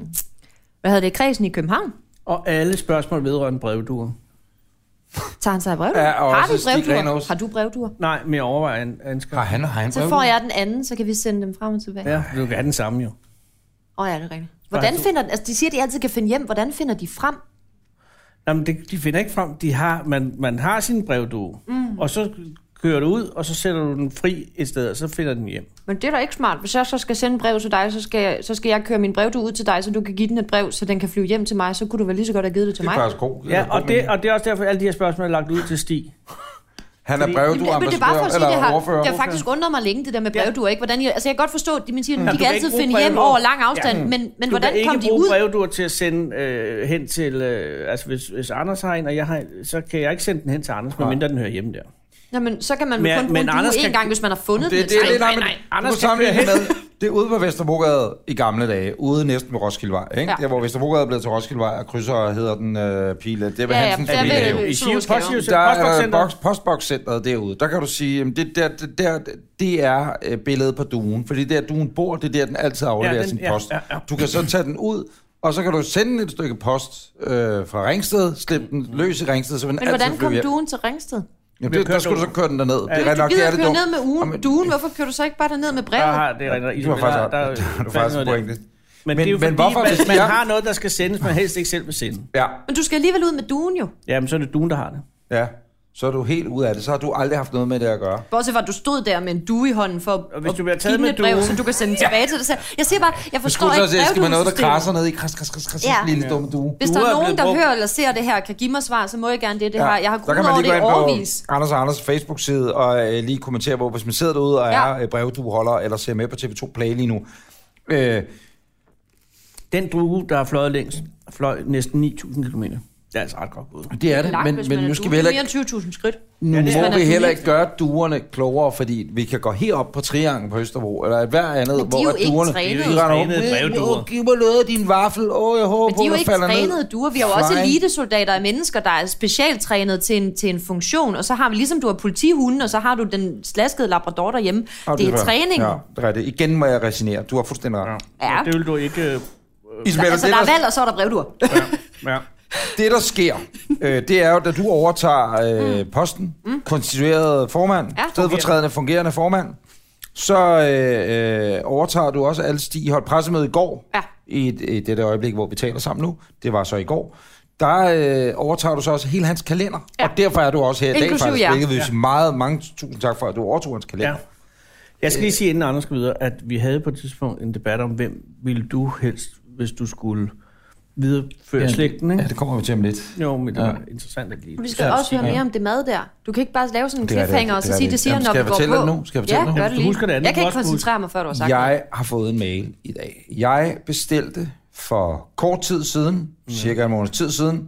Speaker 3: af, kredsen i København.
Speaker 2: Og alle spørgsmål vedrørende brevduer.
Speaker 3: Tager han sig af brevduer? Ja, har du brevduer? Har du brevduer?
Speaker 2: Nej, men jeg overvejer en
Speaker 1: Har han brevduer?
Speaker 3: Så får jeg den anden, så kan vi sende dem frem og tilbage.
Speaker 2: Ja, du kan have den samme jo.
Speaker 3: Ja, det er rigtigt. Hvordan finder altså de siger, at de altid kan finde hjem. Hvordan finder de frem?
Speaker 2: Jamen, de finder ikke frem. Man har sin brevdue, og så kører du ud, og så sætter du den fri et sted, og så finder den hjem.
Speaker 3: Men det er da ikke smart. Hvis jeg så skal sende brev til dig, så skal jeg køre min brevdue ud til dig, så du kan give den et brev, så den kan flyve hjem til mig. Så kunne du vel lige så godt have givet det til mig.
Speaker 1: Det er faktisk god.
Speaker 2: Ja, og det er også derfor, at alle de her spørgsmål er lagt ud til Stig.
Speaker 1: Han er brevdueambassadør eller ordfører.
Speaker 3: Det har faktisk undret mig længe, det der med brevduer, ikke? Hvordan jeg kan godt forstå, at de kan altid finde hjem over lang afstand, men hvordan kom de ud? Du kan ikke bruge
Speaker 2: brevduer til at sende hen til... altså, hvis Anders har en, og jeg har, så kan jeg ikke sende den hen til Anders, medmindre den hører hjemme der.
Speaker 3: Nå, men så kan man kun bruge due en gang, hvis man har fundet den.
Speaker 2: Nej. Anders kan køre hen.
Speaker 1: Det er ude på Vesterbrogade i gamle dage, ude næsten ved Roskildevej, ikke? Ja. Der hvor Vesterbrogade er blevet til Roskildevej, og krydser hedder den Pile. Det var Hansens familie. Der er postbokscenteret derude. Der kan du sige, det er billedet på duen, fordi der duen bor, det er der den altid afleverer sin post. Du kan så tage den ud, og så kan du sende et stykke post fra Ringsted, slippe den løs i Ringsted, så vil den altid
Speaker 3: flyve hjem. Men hvordan kom duen til Ringsted?
Speaker 1: Jamen, der skulle du så køre den derned.
Speaker 3: Ja. Det er nok, det er det dumt. Ned med duen, hvorfor kører du så ikke bare derned med brevet?
Speaker 2: Det er
Speaker 1: faktisk pointet.
Speaker 2: Men det er jo fordi, man har noget, der skal sendes, man helst ikke selv vil sende.
Speaker 1: Ja.
Speaker 3: Men du skal alligevel ud med duen jo.
Speaker 2: Jamen, så er det duen, der har det.
Speaker 1: Ja. Så er du helt ude af det. Så har du aldrig haft noget med det at gøre.
Speaker 3: Bortset fra, at du stod der med en due i hånden for
Speaker 2: at give den
Speaker 3: et brev, så du kan sende tilbage til dig. Jeg siger bare, jeg forstår ikke brevduesystemet.
Speaker 1: Skal man noget, der krasser ned i kras, lille dumme due.
Speaker 3: Hvis der er nogen, der hører eller ser det her, kan give mig svar, så må jeg gerne det. Jeg har grunet over det i årevis.
Speaker 1: Anders og Anders Facebook-side og lige kommentere på, hvis man sidder derude og er brevdueholder eller ser med på TV2 Play lige nu.
Speaker 2: Den due, der har fløjet længst, fløj næsten 9.000 kilometer. Det er altså ret godt gået.
Speaker 1: Det er det, men nu skal vi heller
Speaker 3: ikke... mere end 20.000 skridt.
Speaker 1: Nu må vi heller ikke gøre duerne klogere, fordi vi kan gå herop på Trianglen på Østerbro, eller hver andet,
Speaker 3: men de er jo ikke
Speaker 1: duerne...
Speaker 2: trænede.
Speaker 1: Giv mig noget af din vaffel. Jeg håber,
Speaker 3: men de er jo ikke trænede duer. Vi har jo også elitesoldater af mennesker, der er specialtrænet til en funktion, og så har vi ligesom du har politihunden, og så har du den slaskede labrador derhjemme. Det er træning.
Speaker 1: Ja, det er det. Igen må jeg resignere. Du har fuldstændig ret.
Speaker 2: Ja. Det vil du ikke...
Speaker 3: Altså, der er valg, og så er der brevduer.
Speaker 2: Ja.
Speaker 1: Det, der sker, det er jo, da du overtager posten, konstitueret formand, stedfortrædende fungerende formand, så overtager du også alle Stig holdt pressemøde i går, i det der øjeblik, hvor vi taler sammen nu. Det var så i går. Der overtager du så også hele hans kalender, og derfor er du også her i dag, faktisk. Hvilket vil sige mange tusind tak for, at du overtog hans kalender. Ja.
Speaker 2: Jeg skal lige sige, inden andre skal videre, at vi havde på et tidspunkt en debat om, hvem ville du helst, hvis du skulle videreføre slægten, ikke?
Speaker 1: Ja, det kommer vi til om lidt.
Speaker 2: Jo, men det var interessant at lide.
Speaker 3: Vi skal også høre mere om det mad der. Du kan ikke bare lave sådan en cliffhanger og så sige, det siger, når vi går på.
Speaker 1: Skal jeg fortælle det nu?
Speaker 3: Gør det lige.
Speaker 2: Husker det andet.
Speaker 3: Jeg kan ikke koncentrere mig, før du har sagt
Speaker 1: Jeg har fået en mail i dag. Jeg bestilte for kort tid siden, cirka en måneds tid siden,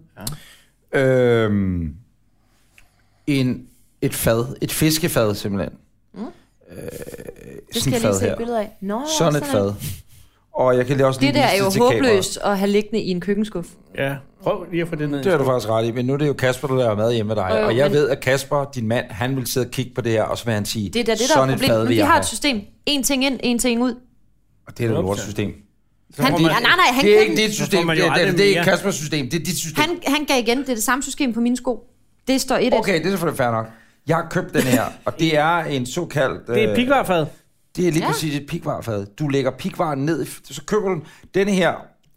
Speaker 1: et fiskefad simpelthen.
Speaker 3: Det skal jeg lige se et billede af.
Speaker 1: Sådan et fad. Og jeg kan også
Speaker 3: det der er jo håbløst at have liggende i en køkkenskuff.
Speaker 2: Ja, prøv lige at få det ned.
Speaker 1: Det er du faktisk ret i, men nu er det jo Kasper, der laver mad hjemme med dig. Og jeg ved, at Kasper, din mand, han vil sidde og kigge på det her, og så vil han sige,
Speaker 3: det der er problem. Men vi har et system. En ting ind, en ting ud.
Speaker 1: Og det er et system.
Speaker 3: Det
Speaker 1: er ikke dit system, det er ikke Kaspers system, det er dit system.
Speaker 3: Han gav igen, det er det samme system på mine sko. Det står 1-1.
Speaker 1: Okay, det er selvfølgelig fair nok. Jeg har købt den her, og det er en såkaldt...
Speaker 2: Det er pikvarefad.
Speaker 1: Det er lige præcis et pikvarefad. Du lægger pikvaren ned, så køber du denne her...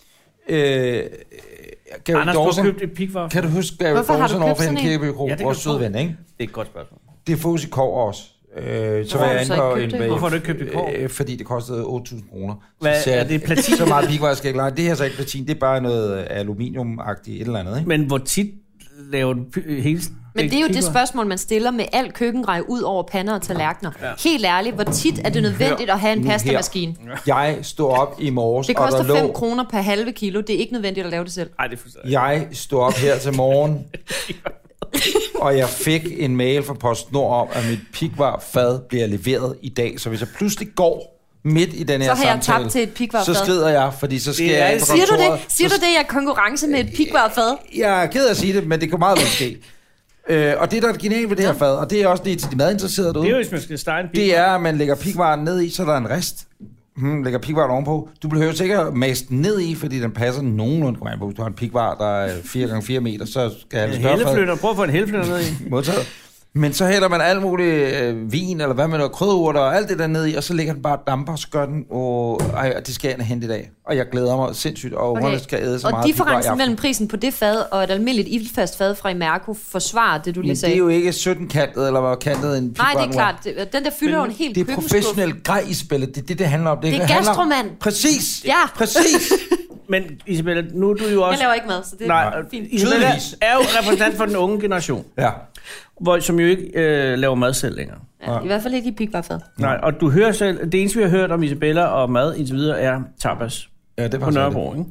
Speaker 2: Anders, du har købt et pikvarefad.
Speaker 1: Kan du huske, Gary Dawson over for en Kirkebykro, vores søde ven, ikke?
Speaker 2: Det er et godt spørgsmål.
Speaker 1: Det fås i kår også. Så var jeg inde på en...
Speaker 2: Hvorfor har du ikke købt et kår?
Speaker 1: Fordi det kostede 8.000 kroner.
Speaker 2: Hvad er det, platin?
Speaker 1: Så meget pikvar skal jeg ikke lege. Det her er så ikke platin, det er bare noget aluminium-agtigt et eller andet, ikke?
Speaker 2: Men hvor tit laver du hele...
Speaker 3: Men det er jo det spørgsmål, man stiller med al køkkenrej ud over pander og tallerkener. Ja. Helt ærligt, hvor tit er det nødvendigt at have en pastamaskine?
Speaker 1: Jeg stod op i morges,
Speaker 3: det koster 5 kroner per halve kilo. Det er ikke nødvendigt at lave det selv.
Speaker 2: Nej, det forstår
Speaker 1: jeg stod op her til morgen, og jeg fik en mail fra PostNord om, at mit pikvarfad bliver leveret i dag. Så hvis jeg pludselig går midt i den her samtale,
Speaker 3: så har jeg tabt til et pikvarfad.
Speaker 1: Så skrider jeg, fordi så skal jeg ind på kontoret.
Speaker 3: Siger du det, jeg er konkurrence med et pikvarfad?
Speaker 1: Jeg er ked af at sige det, men det kan meget vel ske. Og det, der er genialt ved det her fad, og det er også lige til de madinteresserede derude,
Speaker 2: det er jo, hvis man skal stege en pikvar.
Speaker 1: Det er, at man lægger pikvaren ned i, så der er en rest. Lægger pikvaren ovenpå. Du behøver sikkert mase den ned i, fordi den passer nogenlunde. Hvis du har en pikvar, der er 4x4 meter, så skal jeg have en større fad.
Speaker 2: Prøv at få en hælflytter ned i.
Speaker 1: Modtaget. Men så hælder man alt muligt vin, eller hvad med noget krydderurter, og alt det der ned i, og så lægger den bare damper, og så gør den, og det skal jeg hente i dag. Og jeg glæder mig sindssygt, og hun skal æde så meget.
Speaker 3: Og differencen mellem prisen på det fad, og et almindeligt ildfast fad fra Imerco, forsvarer det, du lige sagde.
Speaker 1: Det er jo ikke 17-kantet, eller hvad kantet en pikvar.
Speaker 3: Nej, det er klart. Den der fylder jo en helt
Speaker 1: køkkenskuffe. Det er professionelt grej-spillet, det handler om.
Speaker 3: Det er gastromand.
Speaker 1: Præcis.
Speaker 3: Ja.
Speaker 1: Præcis.
Speaker 2: Men Isabella, nu er du jo også...
Speaker 3: Jeg laver ikke mad, så det er fint.
Speaker 2: Isabella er jo repræsentant for den unge generation.
Speaker 1: Ja.
Speaker 2: Som jo ikke laver mad selv længere.
Speaker 3: Ja, i hvert fald ikke i pikvarfad.
Speaker 2: Nej, og du hører selv... Det eneste, vi har hørt om Isabella og mad indtil videre, er tapas.
Speaker 1: Ja, det er
Speaker 2: på Nørrebro, ikke?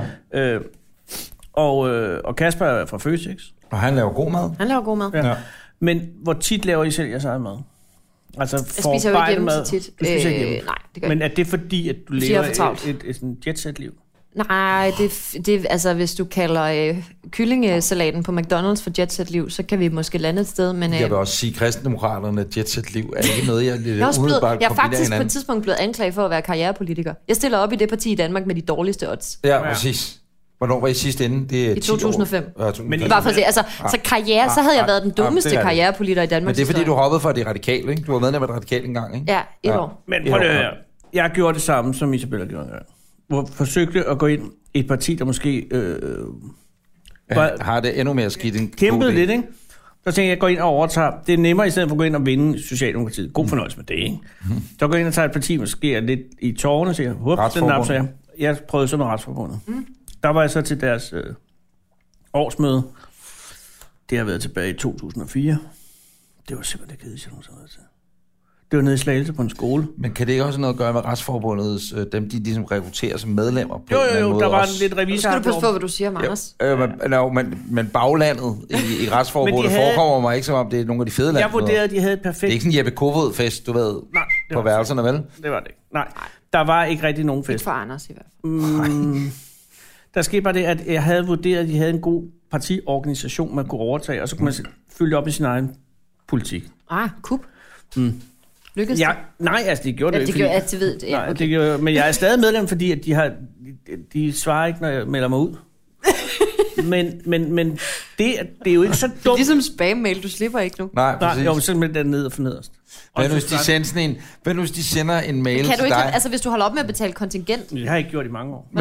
Speaker 1: Jo.
Speaker 2: Og Kasper er fra Føtex.
Speaker 1: Og han laver god mad.
Speaker 3: Han laver god mad.
Speaker 1: Ja.
Speaker 2: Men hvor tit laver I selv jeres eget mad? Altså
Speaker 3: jeg spiser jo ikke hjemme så tit.
Speaker 2: Du spiser ikke hjemme?
Speaker 3: Nej, det gør
Speaker 2: Men er det fordi, at du lever et sådan jetset-liv?
Speaker 3: Nej, det altså hvis du kalder kyllingesalaten på McDonald's for jetset-liv, så kan vi måske lande et sted. Men,
Speaker 1: jeg vil også sige, at kristendemokraterne jetset-liv er ikke noget, jeg
Speaker 3: er faktisk på et tidspunkt blevet anklaget for at være karrierepolitiker. Jeg stiller op i det parti i Danmark med de dårligste odds.
Speaker 1: Ja, præcis. Hvornår var I sidst inde? Det er i
Speaker 3: 2005. Men bare for at se, altså, så karriere, så havde jeg været den dummeste karrierepolitiker i Danmark.
Speaker 1: Men det er fordi, du hoppede fra det radikale, ikke? Du var medlem af det radikale engang, ikke?
Speaker 3: Ja, et år.
Speaker 2: Men prøv at høre. Jeg gjorde det samme, som Isabella gjorde. Hvor forsøgte at gå ind i et parti, der måske...
Speaker 1: har det endnu mere skidt end...
Speaker 2: Kæmpede lidt, ikke? Så tænkte jeg, at gå ind og overtager. Det er nemmere i stedet for at gå ind og vinde Socialdemokratiet. God fornøjelse med det, ikke? Så går ind og tager et parti, måske er lidt i tårerne, og siger, den nap, så jeg prøvede så med Retsforbundet. Der var jeg så til deres årsmøde. Det har været tilbage i 2004. Det var simpelthen det kedeligt, jeg til. Det var nede i Slagelse på en skole.
Speaker 1: Men kan det ikke også noget at gøre med Retsforbundets, dem de ligesom rekrutterer som medlemmer på
Speaker 2: Jo, der var lidt revisor.
Speaker 3: Skal du passe på, hvad du siger, Anders?
Speaker 1: Men baglandet i Retsforbundet forekommer mig ikke, som om det er nogle af de fede lande.
Speaker 2: Jeg vurderede, at de havde et perfekt...
Speaker 1: Det er ikke sådan en Jeppe Kofod-fest, du ved, på værelserne, vel?
Speaker 2: Det var det ikke. Nej, der var ikke rigtig nogen fest.
Speaker 3: Ikke for Anders i hvert fald.
Speaker 2: Der skete bare det, at jeg havde vurderet, at de havde en god partiorganisation, man kunne overtage, og så kunne man følge op i sin egen politik.
Speaker 3: Kup. Lykkedes det?
Speaker 2: Nej, altså det gjorde det ikke.
Speaker 3: Det gjorde altid ved det. Ja, okay.
Speaker 2: Det gjorde, men jeg er stadig medlem, fordi at de svarer ikke, når jeg melder mig ud. men det er jo ikke så dumt.
Speaker 3: Det er ligesom spam-mail, du slipper ikke nu.
Speaker 1: Nej, præcis.
Speaker 2: Jo, så med den ned og fornederst.
Speaker 1: Hvad nu hvis de sender en mail til dig?
Speaker 3: Altså hvis du holder op med at betale kontingent.
Speaker 2: Det har jeg ikke gjort i mange år.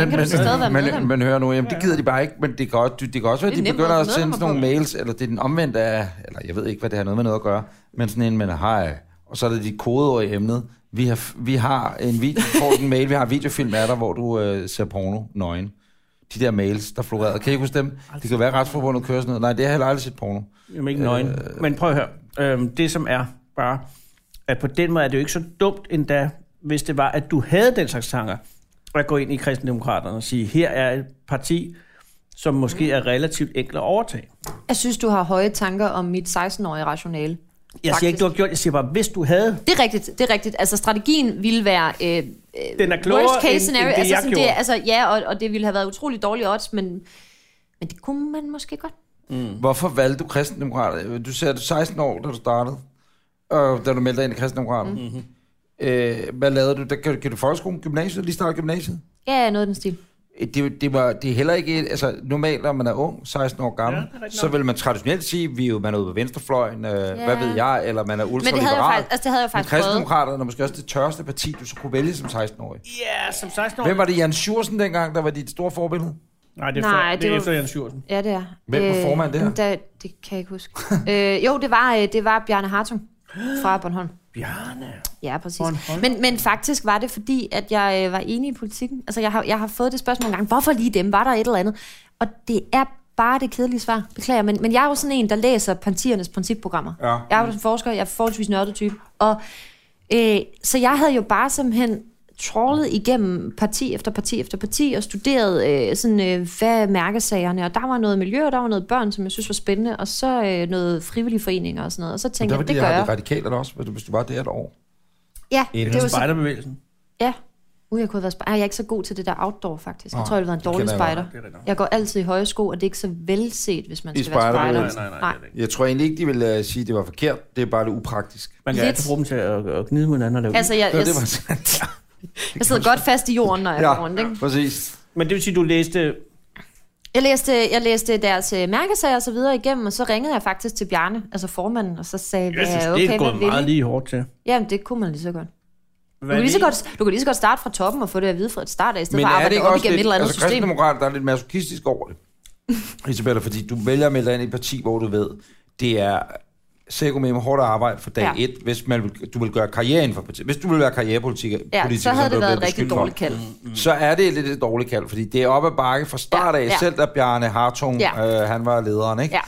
Speaker 3: Men
Speaker 1: hør nu, det gider de bare ikke. Men det kan også være, at de begynder at sende sådan nogle mails, eller det er den omvendte af, eller jeg ved ikke, hvad det har noget med noget at gøre, men sådan en med hej, og så er det de kodeord i emnet. Vi har en video, vi har en videofilm af dig, hvor du ser porno nøgen. De der mails, der florerede. Kan I ikke huske dem? Det kan være, at Retsforbundet kører sådan noget. Nej, det har jeg aldrig set porno.
Speaker 2: Jamen ikke nøgen. Men prøv at høre. Det som er bare, at på den måde er det jo ikke så dumt endda, hvis det var, at du havde den slags tanker, at gå ind i Kristendemokraterne og sige, her er et parti, som måske er relativt enkelt at overtage. Jeg
Speaker 3: synes, du har høje tanker om mit 16-årige rationale.
Speaker 2: Jeg siger ikke, du har gjort. Jeg siger bare, hvis du havde...
Speaker 3: Det er rigtigt. Altså, strategien ville være
Speaker 2: den er klogere
Speaker 3: worst case scenario.
Speaker 2: End det, jeg gjorde.
Speaker 3: Og det ville have været utroligt dårlige odds, men det kunne man måske godt.
Speaker 1: Hvorfor valgte du Kristendemokraterne? Du sagde, at du 16 år, da du startede, og da du meldte dig ind i Kristendemokraterne. Hvad lavede du? Kan du folkeskolen, gymnasiet? Lige starte gymnasiet?
Speaker 3: Ja, noget af den stil.
Speaker 1: Det er heller ikke... Altså, normalt, når man er ung, 16 år gammel, så vil man traditionelt sige, man er ude på venstrefløjen, hvad ved jeg, eller man er ultraliberal.
Speaker 3: Men det havde jeg faktisk
Speaker 1: Kristendemokraterne er måske også det tørste parti, du så kunne vælge som 16-årig.
Speaker 2: Ja, som 16-årig.
Speaker 1: Hvem var det? Jan Sjursen dengang, der var dit store forbillede?
Speaker 2: Nej, det er efter Jan Sjursen.
Speaker 3: Ja, det er.
Speaker 1: Hvem var formand der?
Speaker 3: Det kan jeg ikke huske. Jo, det var Bjarne Hartung fra Bornholm.
Speaker 2: Bjarne?
Speaker 3: Ja, præcis. Men faktisk var det, fordi at jeg var enig i politikken. Altså, jeg har fået det spørgsmål en gang. Hvorfor lige dem? Var der et eller andet? Og det er bare det kedelige svar. Beklager, men jeg er jo sådan en, der læser partiernes principprogrammer. Ja. Jeg er jo en forsker, jeg er forholdsvis nørdet type. Og så jeg havde jo bare simpelthen trawlet igennem parti efter parti efter parti og studeret hvad mærkesagerne, og der var noget miljø, og der var noget børn, som jeg synes var spændende, og så noget frivillige foreninger og sådan noget. Og så tænkte jeg, det gør jeg.
Speaker 1: Der var de radikale også, hvis du var der et år.
Speaker 3: Ja.
Speaker 2: Det var spejderbevægelsen.
Speaker 3: Ja. Jeg kunne have været spejder. Jeg er ikke så god til det der outdoor, faktisk. Jeg tror, jeg ville være en dårlig spejder. Jeg går altid i høje sko, og det er ikke så velset, hvis man skal være spejder.
Speaker 2: Nej.
Speaker 1: Jeg tror egentlig ikke, de ville sige, at det var forkert. Det er bare lidt upraktisk.
Speaker 2: Man kan altid bruge dem til at gnide mod hinanden og lave
Speaker 3: altså, jeg sidder godt fast i jorden, når jeg går rundt, ikke?
Speaker 1: Præcis.
Speaker 2: Men det vil sige, du læste...
Speaker 3: Jeg læste deres mærkesager og så videre igennem, og så ringede jeg faktisk til Bjarne, altså formanden, og så sagde jeg,
Speaker 2: okay, det er gået meget lige hårdt til.
Speaker 3: Jamen, det kunne man lige så godt. Du kan lige så godt starte fra toppen og få det at vide fra et start af, i stedet
Speaker 1: for
Speaker 3: at arbejde op igennem et eller andet system. Men
Speaker 1: Kristendemokraterne, der er lidt masochistisk over det, Isabella, fordi du vælger at melde dig ind i et parti, hvor du ved, det er sikkert med hårdt arbejde for dag 1, hvis du vil gøre karriere inden for partiet. Hvis du vil være karrierepolitiker,
Speaker 3: så havde det været et rigtig dårligt kald.
Speaker 1: Så er det lidt et dårligt kald, fordi det er op ad bakke fra start af, selv da Bjarne Hartung, han var lederen, ikke?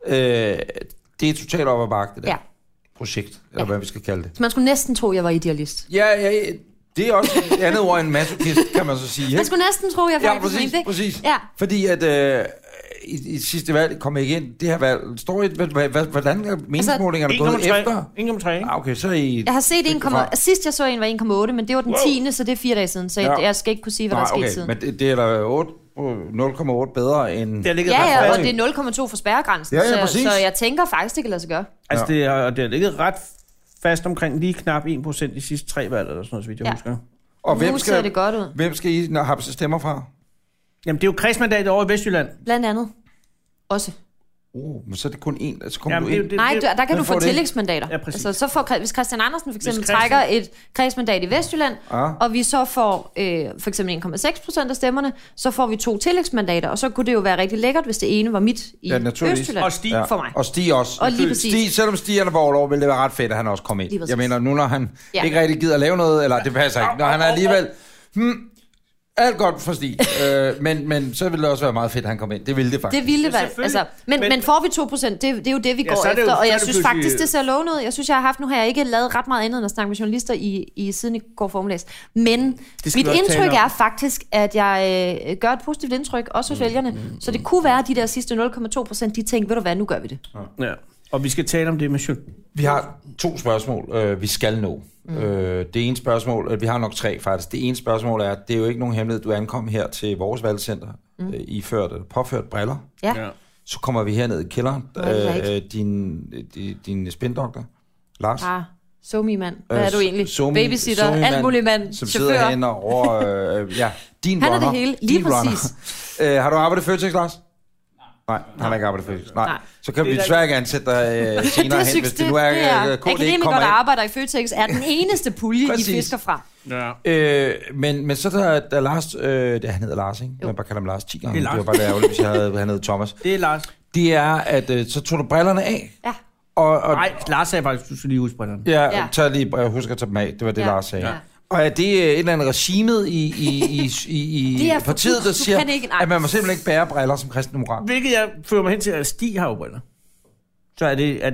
Speaker 1: Det er totalt op ad bakke, det der projekt, eller hvad vi skal kalde det.
Speaker 3: Så man skulle næsten tro, jeg var idealist.
Speaker 1: Ja, det er også et andet ord end masochist, kan man så sige.
Speaker 3: Man skulle næsten tro, jeg faktisk
Speaker 1: mente det. Præcis. Ja. Fordi at i sidste valg kom jeg ikke ind. Det her valg står i, hvordan er meningsmålingerne gået efter?
Speaker 2: 1,3.
Speaker 1: Okay, så
Speaker 3: jeg har set 1,8. Sidst jeg så en var 1,8, men det var den 10. Så det er 4 dage siden. Så jeg skal ikke kunne sige, hvad der er sket siden.
Speaker 1: Men det er der 0,8 bedre end...
Speaker 3: og det er 0,2 for spærregrænsen. Så jeg tænker faktisk, det kan lade sig gøre.
Speaker 2: Altså, det har ligget ret fast omkring lige knap 1% de sidste 3 valg, eller sådan noget, så vidt jeg husker.
Speaker 1: Og hvem skal I have stemmer fra?
Speaker 2: Jamen, det er jo kredsmandatet over i Vestjylland.
Speaker 3: Blandt andet. Også.
Speaker 1: Men så er det kun én. Altså,
Speaker 3: Nej, der kan du få tillægsmandater. Ja, altså, så får, hvis Christian Andersen for eksempel trækker et kredsmandat i Vestjylland, og vi så får for eksempel 1,6% af stemmerne, så får vi 2 tillægsmandater, og så kunne det jo være rigtig lækkert, hvis det ene var mit i Østjylland.
Speaker 2: Og Stig
Speaker 3: for mig.
Speaker 1: Og Stig også.
Speaker 3: Og lige præcis.
Speaker 1: Selvom Stig er der over, ville det være ret fedt, at han også kom ind. Jeg mener, nu når han ikke rigtig gider at lave noget, eller det passer ikke, når han er alligevel... Alt godt for Stig, men så ville det også være meget fedt, at han kom ind. Det ville det faktisk.
Speaker 3: Det ville det være. Altså, men får vi 2%, det er jo det, vi går efter. Og jeg synes faktisk, det ser lovende ud. Jeg synes, jeg har haft, nu har jeg ikke lavet ret meget andet end at snakke med journalister siden i går formiddags. Men mit indtryk er faktisk, at jeg gør et positivt indtryk, også hos vælgerne. Så det kunne være, de der sidste 0,2%, de tænkte, ved du hvad, nu gør vi det.
Speaker 2: Ja. Og vi skal tale om det med Sjøn.
Speaker 1: Vi har 2 spørgsmål, vi skal nå. Det ene spørgsmål, vi har nok 3 faktisk. Det ene spørgsmål er, det er jo ikke nogen hemmelighed, du ankom her til vores valgcenter, påført briller.
Speaker 3: Ja.
Speaker 1: Så kommer vi herned i kælderen. Din spindoktor, Lars.
Speaker 3: Somi-mand. Hvad er du egentlig? Babysitter, alt muligt mand,
Speaker 1: som
Speaker 3: chauffør.
Speaker 1: Sidder hen over, din
Speaker 3: Han er det hele, lige præcis.
Speaker 1: Har du arbejdet i Føtex, Lars? Nej, han har ikke arbejdet i Føtex. Nej. Så kan vi desværre ikke ansætte dig senere hen, hvis det nu er KD
Speaker 3: akademikere, der arbejder i Føtex, er den eneste pulje, I fisker fra.
Speaker 1: Ja. Men så der Lars, han hedder Lars, ikke? Jeg bare kalder ham Lars 10 gange. Det var bare ærgerligt, hvis han hed Thomas.
Speaker 2: Det er Lars.
Speaker 1: Det er, at så tog du brillerne af.
Speaker 3: Ja.
Speaker 2: Nej, Lars sagde faktisk, du skulle lige huske brillerne.
Speaker 1: Jeg husker at tage dem af. Det var det, Lars sagde. Ja. Og er det et eller andet regimet i partiet, der siger, at man må simpelthen ikke bære briller som kristendemokrat?
Speaker 2: Hvilket jeg fører mig hen til, at Stig har jo briller. Så er det...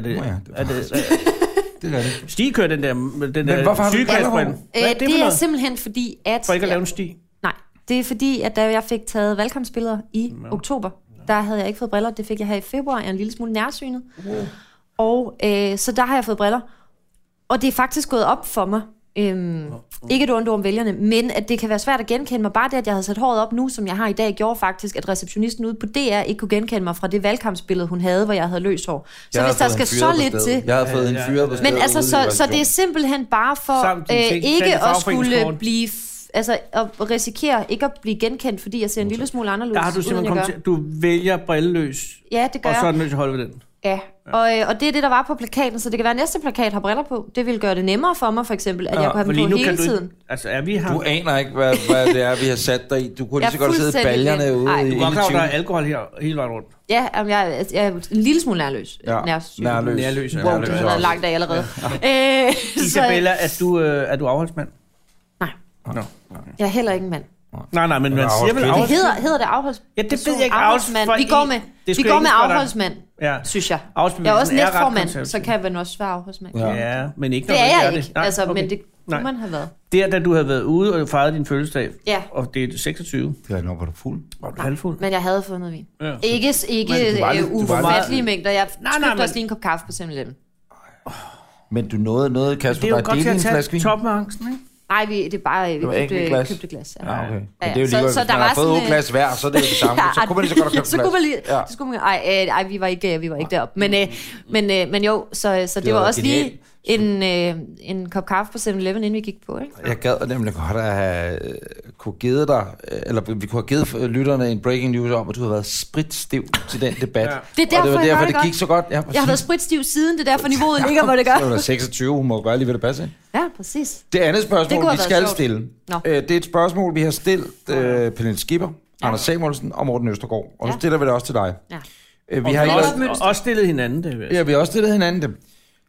Speaker 1: Det er det.
Speaker 2: Stig kører den der
Speaker 1: hvorfor har du briller?
Speaker 3: Det er simpelthen fordi, at...
Speaker 2: For ikke at lave en Stig?
Speaker 3: Nej, det er fordi, at da jeg fik taget valgkampsbilleder i oktober, der havde jeg ikke fået briller. Det fik jeg her i februar. Jeg er en lille smule nærsynet. Og så der har jeg fået briller. Og det er faktisk gået op for mig. Ikke et ondt om vælgerne, men at det kan være svært at genkende mig. Bare det, at jeg havde sat håret op nu, som jeg har i dag, gjorde faktisk, at receptionisten ude på DR ikke kunne genkende mig fra det valgkampsbillede, hun havde, hvor jeg havde løst hår. Så hvis der skal så lidt til...
Speaker 1: Jeg havde fået en fyret på stedet.
Speaker 3: Men altså, så det er simpelthen bare for ikke at skulle blive... Altså, at risikere ikke at blive genkendt, fordi jeg ser en lille smule anderledes
Speaker 2: ud, end jeg gør. Du vælger brilleløs.
Speaker 3: Ja, det gør jeg.
Speaker 2: Og så er du nødt til at holde ved den.
Speaker 3: Ja, og det er det, der var på plakaten, så det kan være, at næste plakat har briller på. Det vil gøre det nemmere for mig, for eksempel, at jeg kunne have dem på hele tiden.
Speaker 2: Altså,
Speaker 1: du aner ikke, hvad det er, vi har sat dig i. Du kunne lige så godt sidde baljerne ude i...
Speaker 2: Du kan godt, der er alkohol her hele vejen rundt.
Speaker 3: Ja, jeg er en lille smule nærløs.
Speaker 1: Nærløs.
Speaker 3: Wow, det har været langt af allerede.
Speaker 2: Isabella, er du afholdsmand?
Speaker 3: Nej. Jeg er heller ikke en mand.
Speaker 2: Nej, men man siger vel
Speaker 3: afholdsmand. Hedder det afholdsmand?
Speaker 2: Ja, det ved jeg ikke.
Speaker 3: Afholdsmand. Vi går med afholdsmand, synes jeg. Jeg er også netformand, så kan man også være afholdsmand.
Speaker 2: Ja, men ikke når
Speaker 3: det er jeg ikke, altså, men det kunne man have været.
Speaker 2: Det er, da du havde været ude og fejret din fødselsdag, og det er 26.
Speaker 1: Det var nok, var du fuld.
Speaker 2: Var du halvfuld?
Speaker 3: Men jeg havde fundet vin. Ikke ufattelige mængder. Jeg købte også lige en kop kaffe på 7-Eleven.
Speaker 1: Men du nåede Kasper,
Speaker 2: der er godt til at tage topmangsten, ikke?
Speaker 3: Nej, det er bare, vi købte glas.
Speaker 1: Ja, okay. Men det er jo lige, hvis man har fået 8 glas hver, så er det jo det samme. Så kunne man lige så godt have købt glas.
Speaker 3: Vi var ikke deroppe. Men jo, så det var også lige en kop kaffe på 7-Eleven, inden vi gik på, ikke?
Speaker 1: Jeg gad nemlig godt at have kunne givet dig, eller vi kunne have givet lytterne en breaking news om, at du har været spritstiv til den debat. Ja.
Speaker 3: Det er derfor,
Speaker 1: og det var derfor, det gik så godt. Ja,
Speaker 3: jeg har været spritstiv siden, det er derfor niveauet ligger, hvor det gør.
Speaker 1: Så var der 26, hun må gøre lige, hvad det passer.
Speaker 3: Ja, præcis.
Speaker 1: Det andet spørgsmål, vi skal stille, det er et spørgsmål, vi har stillet Pernille Skipper, Anders Samuelsen og Morten Østergaard. Og nu stiller vi det også til dig.
Speaker 2: Ja. Vi har også stillet hinanden det.
Speaker 1: Ja, vi har også stillet hinanden det.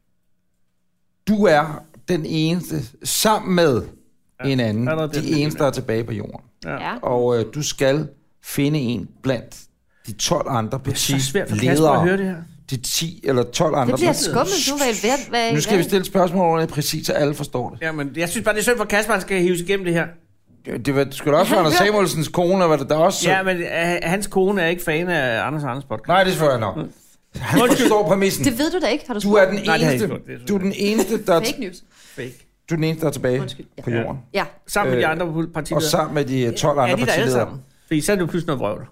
Speaker 1: Du er den eneste, sammen med en anden, de eneste, der er tilbage på jorden.
Speaker 3: Ja.
Speaker 1: Og du skal finde en blandt de 12 andre partiledere.
Speaker 2: Det er så svært for Kasper at høre det her.
Speaker 1: De 10 eller 12 andre.
Speaker 3: Det bliver skummelt.
Speaker 1: Nu skal vi stille spørgsmålene præcis, så alle forstår det.
Speaker 2: Ja, men jeg synes bare, det er synd for Kasper, han skal hives igennem det her.
Speaker 1: Det skulle også være Anders Samuelsens kone, var det der også?
Speaker 2: Ja, men hans kone er ikke fan af Anders podcast.
Speaker 1: Nej, det spørger jeg nok. Han forstår præmissen.
Speaker 3: Det ved du da ikke, har du
Speaker 1: spurgt? Du er den eneste, der...
Speaker 3: Fake news.
Speaker 1: Du er den eneste, der er tilbage på jorden.
Speaker 3: Ja.
Speaker 2: Sammen med de andre partiledere.
Speaker 1: Og sammen med de 12 andre partiledere.
Speaker 2: Fordi så er det jo pludselig noget vrøvl.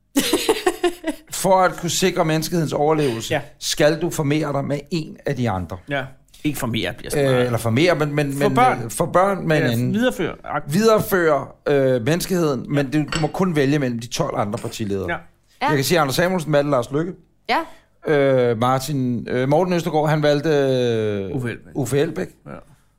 Speaker 1: For at kunne sikre menneskehedens overlevelse, skal du formere dig med en af de andre.
Speaker 2: Ja. Ikke formere, bliver sådan
Speaker 1: eller formere, men for børn med en videreføre menneskeheden, men du må kun vælge mellem de 12 andre partiledere. Ja. Jeg kan sige, at Anders Samuelsen valgte Lars Løkke.
Speaker 3: Ja.
Speaker 1: Morten Østergaard, han valgte Uffe Elbæk. Ja.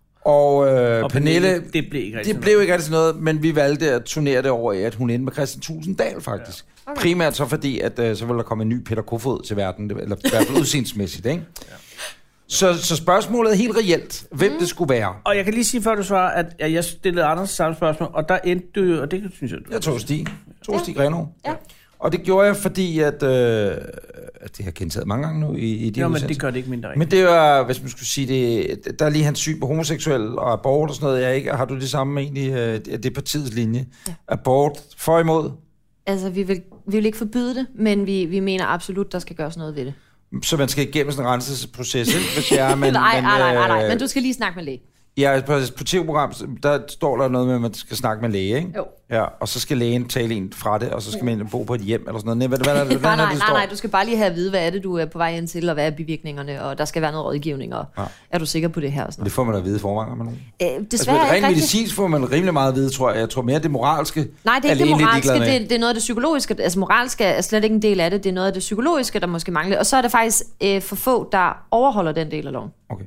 Speaker 1: Og Pernille, det blev ikke rigtig noget, men vi valgte at turnere det over i, at hun endte med Christian Thulesen Dahl, faktisk. Ja. Okay. Primært så fordi, at så ville der komme en ny Peter Kofod til verden, eller i hvert fald udseendsmæssigt, ikke? Ja. Så spørgsmålet er helt reelt, hvem det skulle være.
Speaker 2: Og jeg kan lige sige, før du svarer, at jeg stillede Anders samme spørgsmål, og der endte du, og det synes jeg...
Speaker 1: Jeg tog Stig Grenaa. Ja. Og det gjorde jeg, fordi at det har gentaget mange gange nu i de
Speaker 2: men det gør det ikke mindre rigtigt.
Speaker 1: Men det var, hvis man skulle sige det, der er lige hans syn på homoseksuel og abort og sådan noget. Har du det samme egentlig, det er partiets linje? Ja. Abort, for imod?
Speaker 3: Altså, vi vil ikke forbyde det, men vi mener absolut, der skal gøres noget ved det.
Speaker 1: Så man skal igennem sådan en renselsesproces, ikke? Hvis det er,
Speaker 3: nej, men du skal lige snakke med læge.
Speaker 1: Ja, på TV-program, der står der noget med, at man skal snakke med læge, ikke?
Speaker 3: Jo.
Speaker 1: Ja, og så skal lægen tale en fra det, og så skal man bo på et hjem, eller sådan noget.
Speaker 3: Nej, du skal bare lige have at vide, hvad er det, du er på vej ind til, og hvad er bivirkningerne, og der skal være noget rådgivning, og er du sikker på det her? Og sådan.
Speaker 1: Det får man at vide forvejen, man
Speaker 3: desværre
Speaker 1: altså, rent medicinsk får man rimelig meget at vide, tror jeg. Jeg tror mere det moralske.
Speaker 3: Nej, det er ikke det moralske, det er noget af det psykologiske. Altså moralske er slet ikke en del af det, det er noget af det psykologiske, der måske mangler. Og så er det faktisk for få, der overholder den del af loven.
Speaker 1: Okay.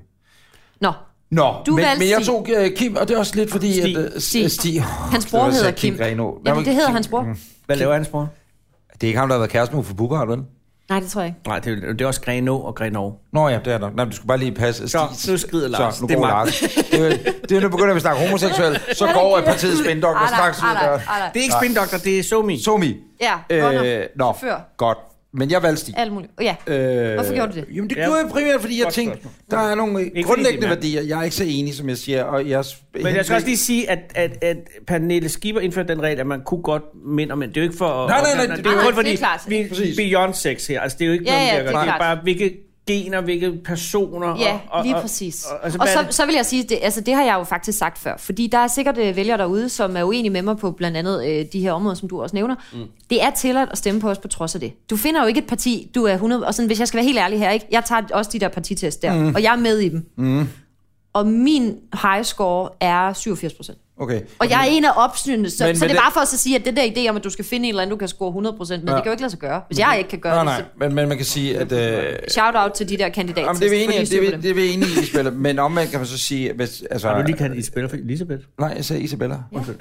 Speaker 3: Nå,
Speaker 1: men jeg tog Kim, og det er også lidt fordi, Stig.
Speaker 3: Hans bror hedder Kim.
Speaker 1: Grenaa.
Speaker 3: Jamen, det hedder hans bror.
Speaker 2: Hvad laver hans bror?
Speaker 1: Det er ikke ham, der har været kæreste med Uffe Buchard, vel?
Speaker 3: Nej, det tror jeg ikke.
Speaker 2: Nej, det er også Grenaa og Grenaa.
Speaker 1: Nå ja, det er der. Nej, du skulle bare lige passe.
Speaker 2: Så, nu skrider Lars.
Speaker 1: Så, nu går Lars. Det er nu begynder vi at snakke homoseksuel. Så går partiets spindoktor straks ud der.
Speaker 2: Det er ikke spindoktor, det er Somi.
Speaker 3: Ja,
Speaker 1: godt. Men jeg valgte Stig.
Speaker 3: Alt muligt. Ja. Hvorfor gjorde du det?
Speaker 1: Jamen det gjorde jeg primært, fordi jeg tænkte, der er nogle grundlæggende værdier. Jeg er ikke så enig, som jeg siger. Og
Speaker 2: men jeg skal også lige sige, at Pernille Skipper indførte den regel, at man kunne godt mænd og mænd. Det er jo ikke for...
Speaker 1: Nej,
Speaker 2: det er jo kun fordi, vi beyond sex her. Altså det er jo ikke noget, det er bare, hvilke gener, hvilke personer...
Speaker 3: Ja, lige præcis. Og så vil jeg sige, det har jeg jo faktisk sagt før, fordi der er sikkert vælgere derude, som er uenige med mig på blandt andet de her områder, som du også nævner. Det er tilladt at stemme på os på trods af det. Du finder jo ikke et parti, du er 100... Og sådan, hvis jeg skal være helt ærlig her, ikke? Jeg tager også de der partitest der, og jeg er med i dem. Og min high score er 87%.
Speaker 1: Okay.
Speaker 3: Og jeg er en af opsynene, så det er bare for os at sige, at det der idé om, at du skal finde en eller anden, du kan score 100%, men det kan jo ikke lade sig gøre. Hvis jeg ikke kan gøre det, så...
Speaker 1: Men man kan sige, at...
Speaker 3: Shout out til de der kandidater.
Speaker 1: Jamen, det er vi enige i, Isabella. Men omvendt kan man så sige... Hvis, altså,
Speaker 2: har du lige kaldt Isabella for Elisabeth?
Speaker 1: Nej, jeg sagde Isabella.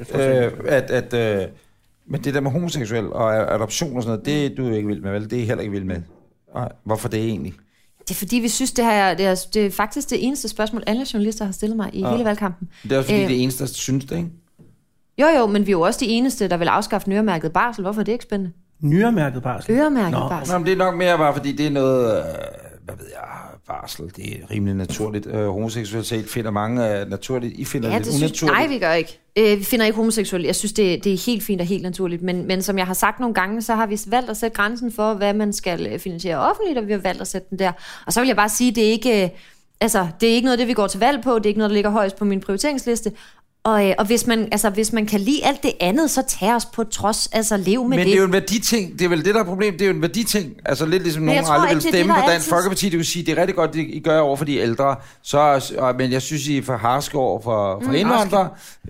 Speaker 1: Men det der med homoseksuel og adoption og sådan noget, det er du ikke vild med, vel? Det er heller ikke vild med. Hvorfor det egentlig?
Speaker 3: Det er fordi, vi synes, det er faktisk det eneste spørgsmål, alle journalister har stillet mig i hele valgkampen.
Speaker 1: Det er også fordi, det eneste, der synes det, ikke?
Speaker 3: Jo, men vi er jo også de eneste, der vil afskaffe øremærket barsel. Hvorfor er det ikke spændende?
Speaker 2: Øremærket barsel?
Speaker 3: Øremærket barsel.
Speaker 1: Nå, men det er nok mere bare, fordi det er noget... barsel, det er rimelig naturligt. Homoseksualitet finder mange naturligt. I finder det unaturligt.
Speaker 3: Nej, vi gør ikke. Vi finder ikke homoseksuelt. Jeg synes, det er helt fint og helt naturligt. Men som jeg har sagt nogle gange, så har vi valgt at sætte grænsen for, hvad man skal finansiere offentligt, og vi har valgt at sætte den der. Og så vil jeg bare sige, det er ikke noget, det vi går til valg på. Det er ikke noget, der ligger højst på min prioriteringsliste. Og hvis man kan lide alt det andet, så tag os på trods, altså lev med det.
Speaker 1: Men det er jo en værditing, det er vel det, der er problemet, det er jo en værditing. Altså lidt ligesom nogen aldrig vil stemme på Dansk Folkeparti, det vil sige, det er rigtig godt, det I gør over for de ældre, men jeg synes, I er for harske over for indvandrere.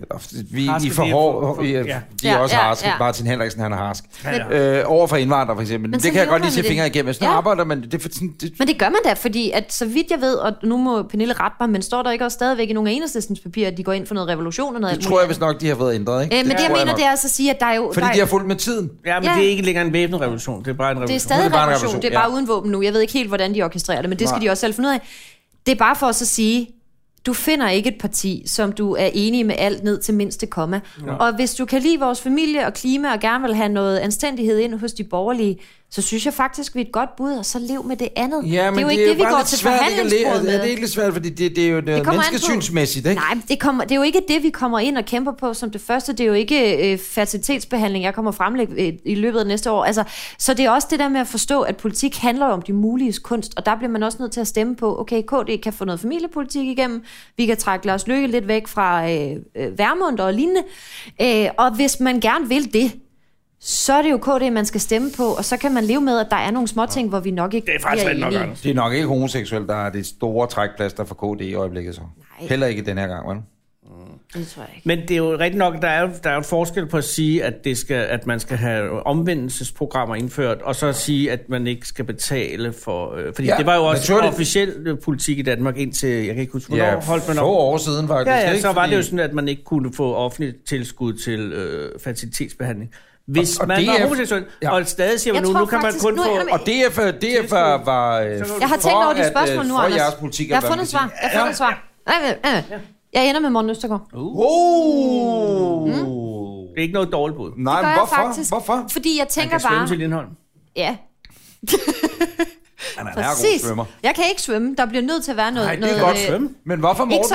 Speaker 1: I er for hårde, de er også harske, Martin Henriksen, han er harsk. Over for indvandrere for eksempel. Det kan jeg godt lige se fingre igennem. Sådan arbejder man.
Speaker 3: Men det gør man da, fordi at så vidt jeg ved, og nu må Pernille rette mig, men står der ikke også stadigvæk i nogle af Enhedslistens papirer, at de går ind for noget revolution?
Speaker 1: Det tror jeg vist nok, de har været ændret, ikke?
Speaker 3: Men det jeg mener, det er altså at sige, at der er jo...
Speaker 1: Fordi de har fulgt med tiden.
Speaker 2: Ja, men det er ikke længere en væbnet revolution. Det er bare en revolution.
Speaker 3: Det er stadig en revolution. Det er bare uden våben nu. Jeg ved ikke helt, hvordan de orkestrerer det, men det skal de også selv finde ud af. Det er bare for os at sige, du finder ikke et parti, som du er enig med alt ned til mindste komma. Ja. Og hvis du kan lide vores familie og klima og gerne vil have noget anstændighed ind hos de borgerlige, så synes jeg faktisk, vi er et godt bud, og så lev med det andet.
Speaker 1: Ja, men
Speaker 3: det er jo ikke det, vi går til forhandlingsbordet med.
Speaker 1: Det er ikke lidt svært, fordi det er jo menneskesynsmæssigt, ikke?
Speaker 3: Nej, det er jo ikke det, vi kommer ind og kæmper på som det første. Det er jo ikke fertilitetsbehandling, jeg kommer fremlægge i løbet af næste år. Altså, så det er også det der med at forstå, at politik handler om de muliges kunst, og der bliver man også nødt til at stemme på, okay, KD kan få noget familiepolitik igennem, vi kan trække Lars Løkke lidt væk fra Vermund og lignende, og hvis man gerne vil det, så er det jo KD, man skal stemme på, og så kan man leve med, at der er nogle små ting, hvor vi nok ikke
Speaker 2: bliver enige.
Speaker 1: Det er nok ikke homoseksuelt, der er det store trækplaster for KD i øjeblikket så. Nej. Heller ikke den her gang, vel?
Speaker 3: Det tror jeg ikke.
Speaker 2: Men det er jo rigtig nok, der er en forskel på at sige, at man skal have omvendelsesprogrammer indført, og så sige, at man ikke skal betale for... fordi det var jo også officiel politik i Danmark indtil, jeg kan ikke huske, hvornår holdt man op.
Speaker 1: År siden faktisk.
Speaker 2: Ja, så var det jo sådan, at man ikke kunne få offentligt tilskud til fertilitetsbehandling. Hvis man var homoseksuel, og stadig siger man nu kan man kun få...
Speaker 1: Og DF var
Speaker 3: jeg har tænkt over de spørgsmål nu, Anders. Jeg har fundet svar. Jeg ender med Morten Østergaard.
Speaker 2: Det er ikke noget dårligt bud.
Speaker 1: Nej, men hvorfor?
Speaker 3: Fordi jeg tænker bare...
Speaker 2: Han kan svømme til Lindholm.
Speaker 3: Ja.
Speaker 1: Han er en god svømmer.
Speaker 3: Jeg kan ikke svømme. Der bliver nødt til at være noget...
Speaker 2: Nej, det er godt svømme.
Speaker 1: Men hvorfor, Morten?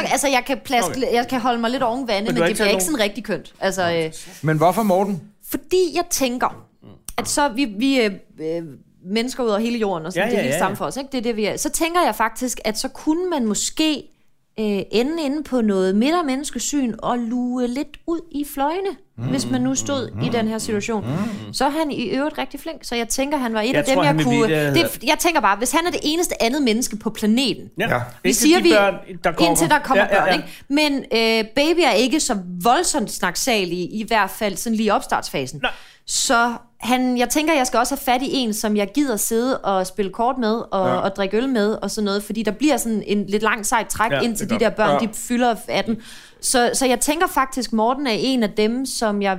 Speaker 3: Jeg kan holde mig lidt oven vandet, men det bliver ikke sådan rigtig kønt.
Speaker 1: Men hvorfor, Morten?
Speaker 3: Fordi jeg tænker, at så vi mennesker ud over hele jorden, og sådan, det er helt samme for os, ikke? Det er det, vi er. Så tænker jeg faktisk, at så kunne man måske ende inde på noget midtermenneskesyn og lue lidt ud i fløjene, hvis man nu stod i den her situation. Så er han i øvrigt rigtig flink, så jeg tænker, han var et af dem, jeg kunne... Jeg tænker bare, hvis han er det eneste andet menneske på planeten, vi siger vi, indtil der kommer børn, ikke? Men baby er ikke så voldsomt snaksalig, i hvert fald sådan lige i opstartsfasen. Nej. Så jeg tænker, jeg skal også have fat i en, som jeg gider sidde og spille kort med, og drikke øl med, og sådan noget, fordi der bliver sådan en lidt lang sejt træk, indtil de der børn, de fylder 18. Så jeg tænker faktisk, Morten er en af dem, som jeg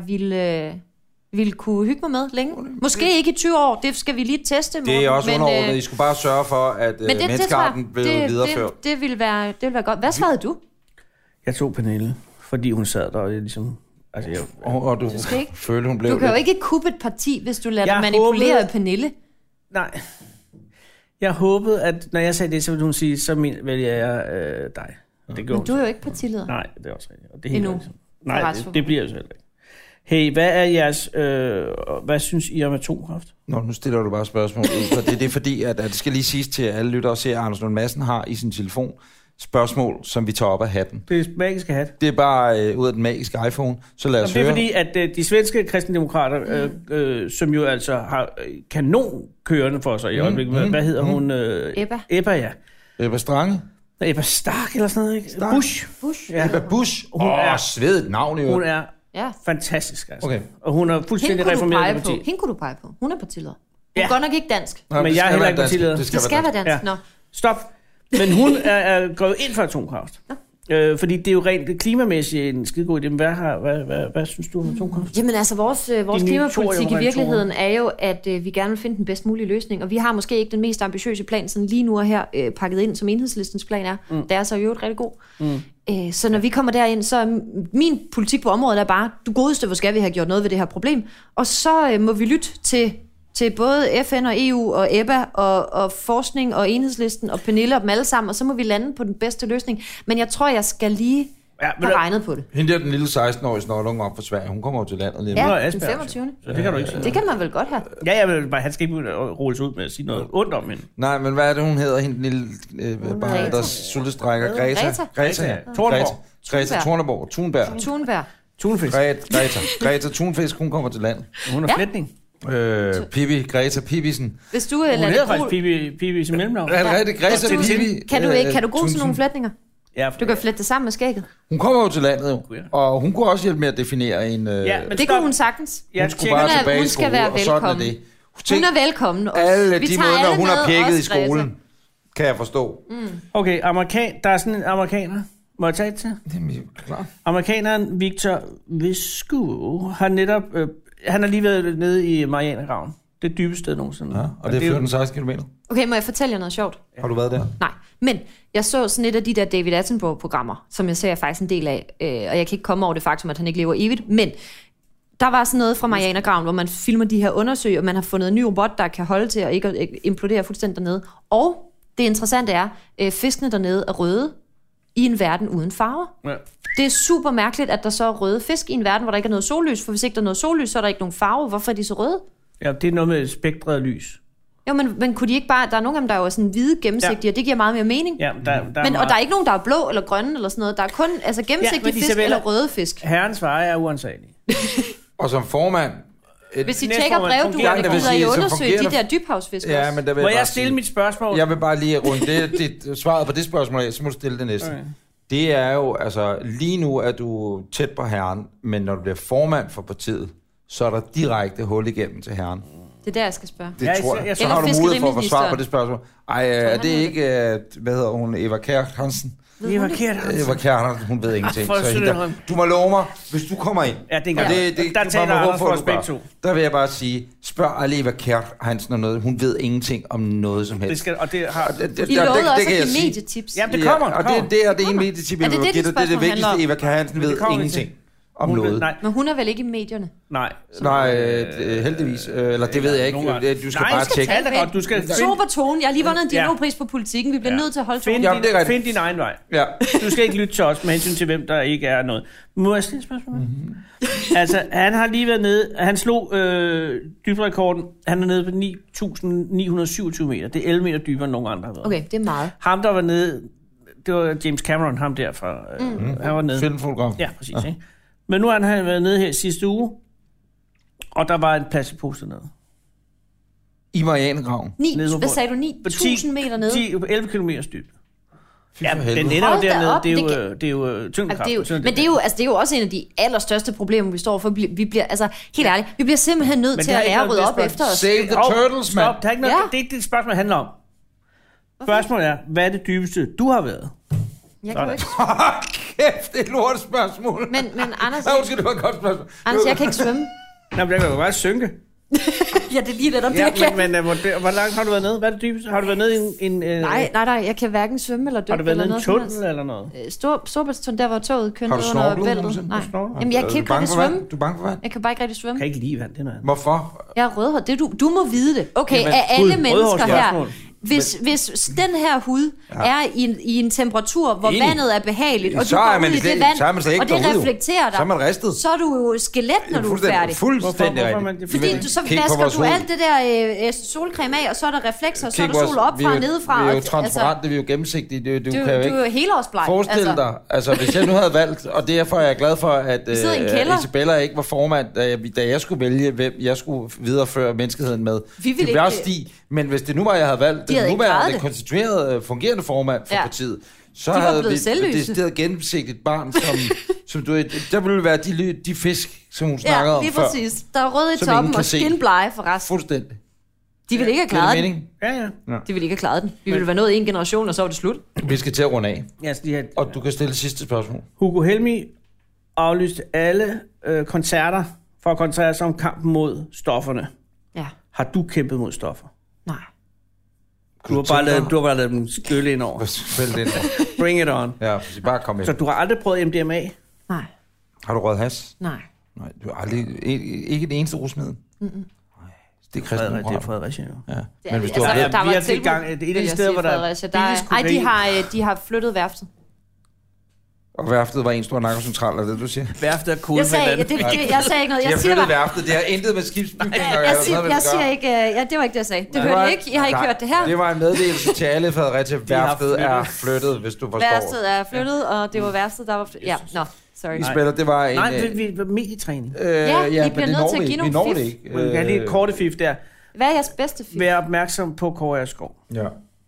Speaker 3: ville kunne hygge mig med længe. Måske ikke i 20 år, det skal vi lige teste, Morten.
Speaker 1: Det er også underordnet. I skulle bare sørge for, at menneskearten blev videreført. Det
Speaker 3: ville være godt. Hvad svarede du?
Speaker 2: Jeg tog Pernille, fordi hun sad der og ligesom...
Speaker 1: Og du følte, hun blev...
Speaker 3: Du kan jo ikke kuppe et parti, hvis du lader dig manipulere af Pernille.
Speaker 2: Nej. Jeg håbede, at når jeg sagde det, så ville hun sige, så vælger jeg dig.
Speaker 3: Det men du er jo ikke partileder.
Speaker 2: Nej, det er også rigtigt. Det er helt rigtigt. Nej, det bliver jo så heller ikke. Hey, hvad er jeres... hvad synes I om atomkraft?
Speaker 1: Nu stiller du bare spørgsmål. Det er fordi, at det skal lige siges til alle lyttere og se, at Anders Lund Madsen har i sin telefon spørgsmål, som vi tager op af hatten.
Speaker 2: Det er magiske hat.
Speaker 1: Det er bare ud af den magiske iPhone, så lad os høre.
Speaker 2: Det er fordi, at de svenske kristendemokrater, som jo altså har kanon kørende for sig i øjeblikket, hvad hedder hun? Ebba, ja.
Speaker 1: Ebba Strange?
Speaker 2: Ebba Stark eller sådan noget, ikke?
Speaker 1: Stark.
Speaker 2: Bush.
Speaker 1: Ja. Ebba Bush. Hun er svedet navn i øvrigt.
Speaker 2: Hun er fantastisk, altså. Okay. Og hun er fuldstændig reformeret parti.
Speaker 3: Hende kunne du pege på. Hun er partileder. Hun er godt nok ikke dansk.
Speaker 2: Nå, men jeg er heller ikke partileder.
Speaker 3: Det skal være dansk. Nå.
Speaker 2: Stop. Men hun er gået ind for atomkraft. Fordi det er jo rent klimamæssigt en skidegod idé. Hvad synes du om atomkraft?
Speaker 3: Jamen altså, vores klimapolitik i virkeligheden er jo, at vi gerne vil finde den bedst mulige løsning. Og vi har måske ikke den mest ambitiøse plan sådan lige nu og her pakket ind, som Enhedslistens plan er. Det er så jo rigtig god. Så når vi kommer derind, så min politik på området er bare, du godeste, hvor skal vi have gjort noget ved det her problem? Og så må vi lytte til både FN og EU og EBA og forskning og Enhedslisten og Pernille og dem alle sammen, og så må vi lande på den bedste løsning. Men jeg tror, jeg skal lige have regnet på det.
Speaker 1: Hende der, den lille 16-årige snorlunge op fra Sverige, hun kommer jo til landet lige.
Speaker 3: Ja, den 25.
Speaker 2: Så det kan du ikke sige.
Speaker 3: Det kan man vel godt have.
Speaker 2: Ja, han skal ikke rulles ud med at sige noget ondt om hende.
Speaker 1: Nej, men hvad er det, hun hedder? Hende den lille barn, der sultestrækker. Greta Thunberg, hun kommer til landet.
Speaker 2: Hun er flætning.
Speaker 1: Greta Pibisen.
Speaker 3: Hvis du
Speaker 2: hun hedder faktisk Pibisen mellemnavn.
Speaker 1: Er det rigtigt? Greta Pibi?
Speaker 3: Kan du bruge sådan nogle flætninger?
Speaker 2: Ja,
Speaker 3: du kan flette det sammen med skægget.
Speaker 1: Hun kommer jo til landet jo, og hun kunne også hjælpe med at definere en...
Speaker 3: Ja, men det kunne hun sagtens.
Speaker 1: Hun skulle bare tilbage i skole, og sådan er det.
Speaker 3: Hun er velkommen.
Speaker 1: Alle de måneder, hun har pjekket i skolen, kan jeg forstå.
Speaker 2: Okay, der er sådan en amerikaner. Må jeg tage det til?
Speaker 1: Det er klart.
Speaker 2: Amerikaneren Victor Vescu har netop... han har lige været nede i Marianergraven. Det dybeste sted nogensinde.
Speaker 1: Ja, og det er 14-16 kilometer.
Speaker 3: Okay, må jeg fortælle jer noget sjovt?
Speaker 1: Har du været der?
Speaker 3: Nej, men jeg så sådan et af de der David Attenborough-programmer, som jeg ser faktisk en del af, og jeg kan ikke komme over det faktum, at han ikke lever evigt, men der var sådan noget fra Marianergraven, hvor man filmer de her undersøg, og man har fundet en ny robot, der kan holde til at ikke implodere fuldstændig dernede. Og det interessante er, fiskene dernede er røde i en verden uden farver. Ja. Det er super mærkeligt, at der så er røde fisk i en verden, hvor der ikke er noget sollys, for hvis ikke der er noget sollys, så er der ikke nogen farve. Hvorfor er de så røde?
Speaker 2: Ja, det er noget med spektret af lys.
Speaker 3: Jo, men kunne de ikke bare... Der er nogle af dem, der er jo sådan hvide gennemsigtige, og det giver meget mere mening.
Speaker 2: Ja,
Speaker 3: og der er ikke nogen, der er blå eller grønne eller sådan noget. Der er kun gennemsigtige fisk eller røde fisk.
Speaker 2: Herrens veje er uansagelige.
Speaker 1: Og som formand...
Speaker 3: Hvis I tjekker brevduerne, gider I undersøge de der dybhavsfisk også.
Speaker 1: Ja, men
Speaker 2: må jeg stille mit spørgsmål?
Speaker 1: Jeg vil bare lige runde svaret på det spørgsmål af, så må du stille det næste. Okay. Det er jo, altså lige nu er du tæt på herren, men når du bliver formand for partiet, så er der direkte hul igennem til herren.
Speaker 3: Det er der, jeg skal spørge.
Speaker 1: Det tror jeg. Så har du mulighed for at få svar på det spørgsmål. Ej, det er ikke, hvad hedder hun, Eva Kjær Hansen?
Speaker 2: Eva Kjær Hansen,
Speaker 1: hun ved ingenting. Så du må love mig, hvis du kommer ind.
Speaker 2: Ja, det der taler Anders for os begge to.
Speaker 1: Der vil jeg bare sige, spørg aldrig Eva Kjær Hansen om noget. Hun ved ingenting om noget som helst.
Speaker 2: I lovede
Speaker 3: også at give medietips.
Speaker 2: Ja, det kommer.
Speaker 1: Og det er det ene medietip, jeg vil give dig. Det er det vigtigste. Eva Kjær Hansen ved ingenting om noget.
Speaker 3: Men hun er vel ikke i medierne?
Speaker 2: Nej,
Speaker 1: heldigvis. Eller det ved jeg ikke. Du skal bare tjekke.
Speaker 2: Du skal
Speaker 3: super tone. Jeg har lige vundet en dialogpris på Politikken. Vi bliver nødt til at holde tonen.
Speaker 2: Find din egen vej.
Speaker 1: Ja.
Speaker 2: Du skal ikke lytte til os med hensyn til, hvem der ikke er noget. Må jeg stille et spørgsmål? Altså, han har lige været nede. Han slog dybderekorden. Han er nede på 9.927 meter. Det er 11 meter dybere end nogen andre har været.
Speaker 3: Okay, det er meget.
Speaker 2: Ham, der var nede, det var James Cameron, ham der fra... Han var nede.
Speaker 1: Filmfotograf.
Speaker 2: Ja, præcis. Ja. Ikke? Men nu har han været nede her sidste uge, og der var en plastikpose dernede.
Speaker 1: I Marianegraven?
Speaker 3: Hvad sagde du? 9.000 meter nede?
Speaker 2: 11 kilometer dybt. Ja, den ender jo dernede. Det er jo tyngdekraft.
Speaker 3: Men det er jo også en af de allerstørste problemer, vi står for. Vi bliver, altså, helt ærligt, vi bliver simpelthen nødt til at lære at rydde op efter os.
Speaker 1: Save the turtles, man.
Speaker 2: Det er ikke det spørgsmål, handler om. Spørgsmålet er, hvad er det dybeste, du har været?
Speaker 3: Jeg kan jo ikke.
Speaker 1: Kæft, det er et lortespørgsmål.
Speaker 3: Men Anders...
Speaker 1: det var et godt spørgsmål.
Speaker 3: Anders, jeg kan ikke svømme.
Speaker 2: Nej, men jeg kan jo bare synke.
Speaker 3: Ja, det er lige netop det, jeg kan.
Speaker 2: Men hvor langt har du været nede? Hvad er det dybeste? Har du været nede i en...
Speaker 3: Nej, jeg kan hverken svømme eller dykke.
Speaker 2: Har du været nede i en tunnel eller noget?
Speaker 3: Storbritannien, der var toget kørt under bæltet. Nej. Jamen, jeg kan ikke rigtig svømme.
Speaker 1: Du er bange for vand?
Speaker 3: Jeg kan bare ikke rigtig svømme.
Speaker 2: Jeg kan ikke lide vand, det er noget.
Speaker 1: Hvorfor?
Speaker 3: Jeg er rødhåret. Du må vide det. Okay, af alle mennesker her... Hvis den her hud er i en temperatur, hvor vandet er behageligt, og du går ud i det vand, og det reflekterer dig, så er du jo skelet, når du er færdig.
Speaker 1: Fuldstændig
Speaker 3: rigtigt. Fordi så vasker du alt det der solcreme af, og så er der reflekser, og så er der sol opfra og nedefra.
Speaker 1: Vi er jo transparente, vi er jo gennemsigtige. Du
Speaker 3: er jo helårsbleg.
Speaker 1: Forestil dig, altså hvis jeg nu havde valgt, og derfor er jeg glad for, at Isabella ikke var formand, da jeg skulle vælge, hvem jeg skulle videreføre menneskeheden med. Det var også men hvis det nu var, jeg havde valgt den nuværende konstituerede, fungerende formand for partiet, så havde vi det gennemsigtigt barn, som du der ville være de fisk, som hun snakker om før.
Speaker 3: Ja, lige præcis. Der er rød i toppen og skinblege for resten.
Speaker 1: Fuldstændig.
Speaker 3: De ville ikke have klaret den.
Speaker 2: Ja.
Speaker 3: De ville ikke have klaret den. Vi ville være nået i en generation, og så var det slut.
Speaker 1: Vi skal til at runde af.
Speaker 2: Ja,
Speaker 1: og du kan stille sidste spørgsmål.
Speaker 2: Hugo Helmig aflyste alle koncerter for at koncentrere sig om kampen mod stofferne.
Speaker 3: Ja.
Speaker 2: Har du kæmpet mod stoffer?
Speaker 3: Nej.
Speaker 2: Du har bare ladet dem skylle ind over. Bring it on.
Speaker 1: Ja, bare kom ind.
Speaker 2: Så du har aldrig prøvet MDMA?
Speaker 3: Nej.
Speaker 1: Har du røget hash?
Speaker 3: Nej.
Speaker 1: Nej, du har aldrig... Ikke det eneste rusmiddel? Nej. Det er Christian.
Speaker 2: Det er Fredericia, jo.
Speaker 1: Ja.
Speaker 3: Men hvis du har... Der var et tilbud.
Speaker 2: Et af de steder, hvor der...
Speaker 3: de har flyttet værftet.
Speaker 1: Og værftet var en stor narkocentral, er det, du siger?
Speaker 2: Værftet er cool.
Speaker 3: Jeg sagde ikke noget.
Speaker 1: Jeg siger bare... værftet, det har intet med skibsbygning at gøre.
Speaker 3: Jeg siger ikke... Ja, det var ikke det, jeg sagde. Det hørte jeg ikke. Jeg har ikke hørt det her.
Speaker 1: Det var en meddelelse til alle, Fredericia. Værftet er flyttet, hvis du forstår.
Speaker 3: Værftet er flyttet, og det var værftet, der var flyttet. Ja, sorry.
Speaker 1: Vi spiller, det var en...
Speaker 2: Nej, det var medietræning.
Speaker 3: Ja, vi bliver nødt til at give nogle fif.
Speaker 2: Vi kan lige et korte fif der.
Speaker 3: Hvad er jeres bedste fif?
Speaker 2: Vær opmærksom på Kåre Skov.
Speaker 1: Ja.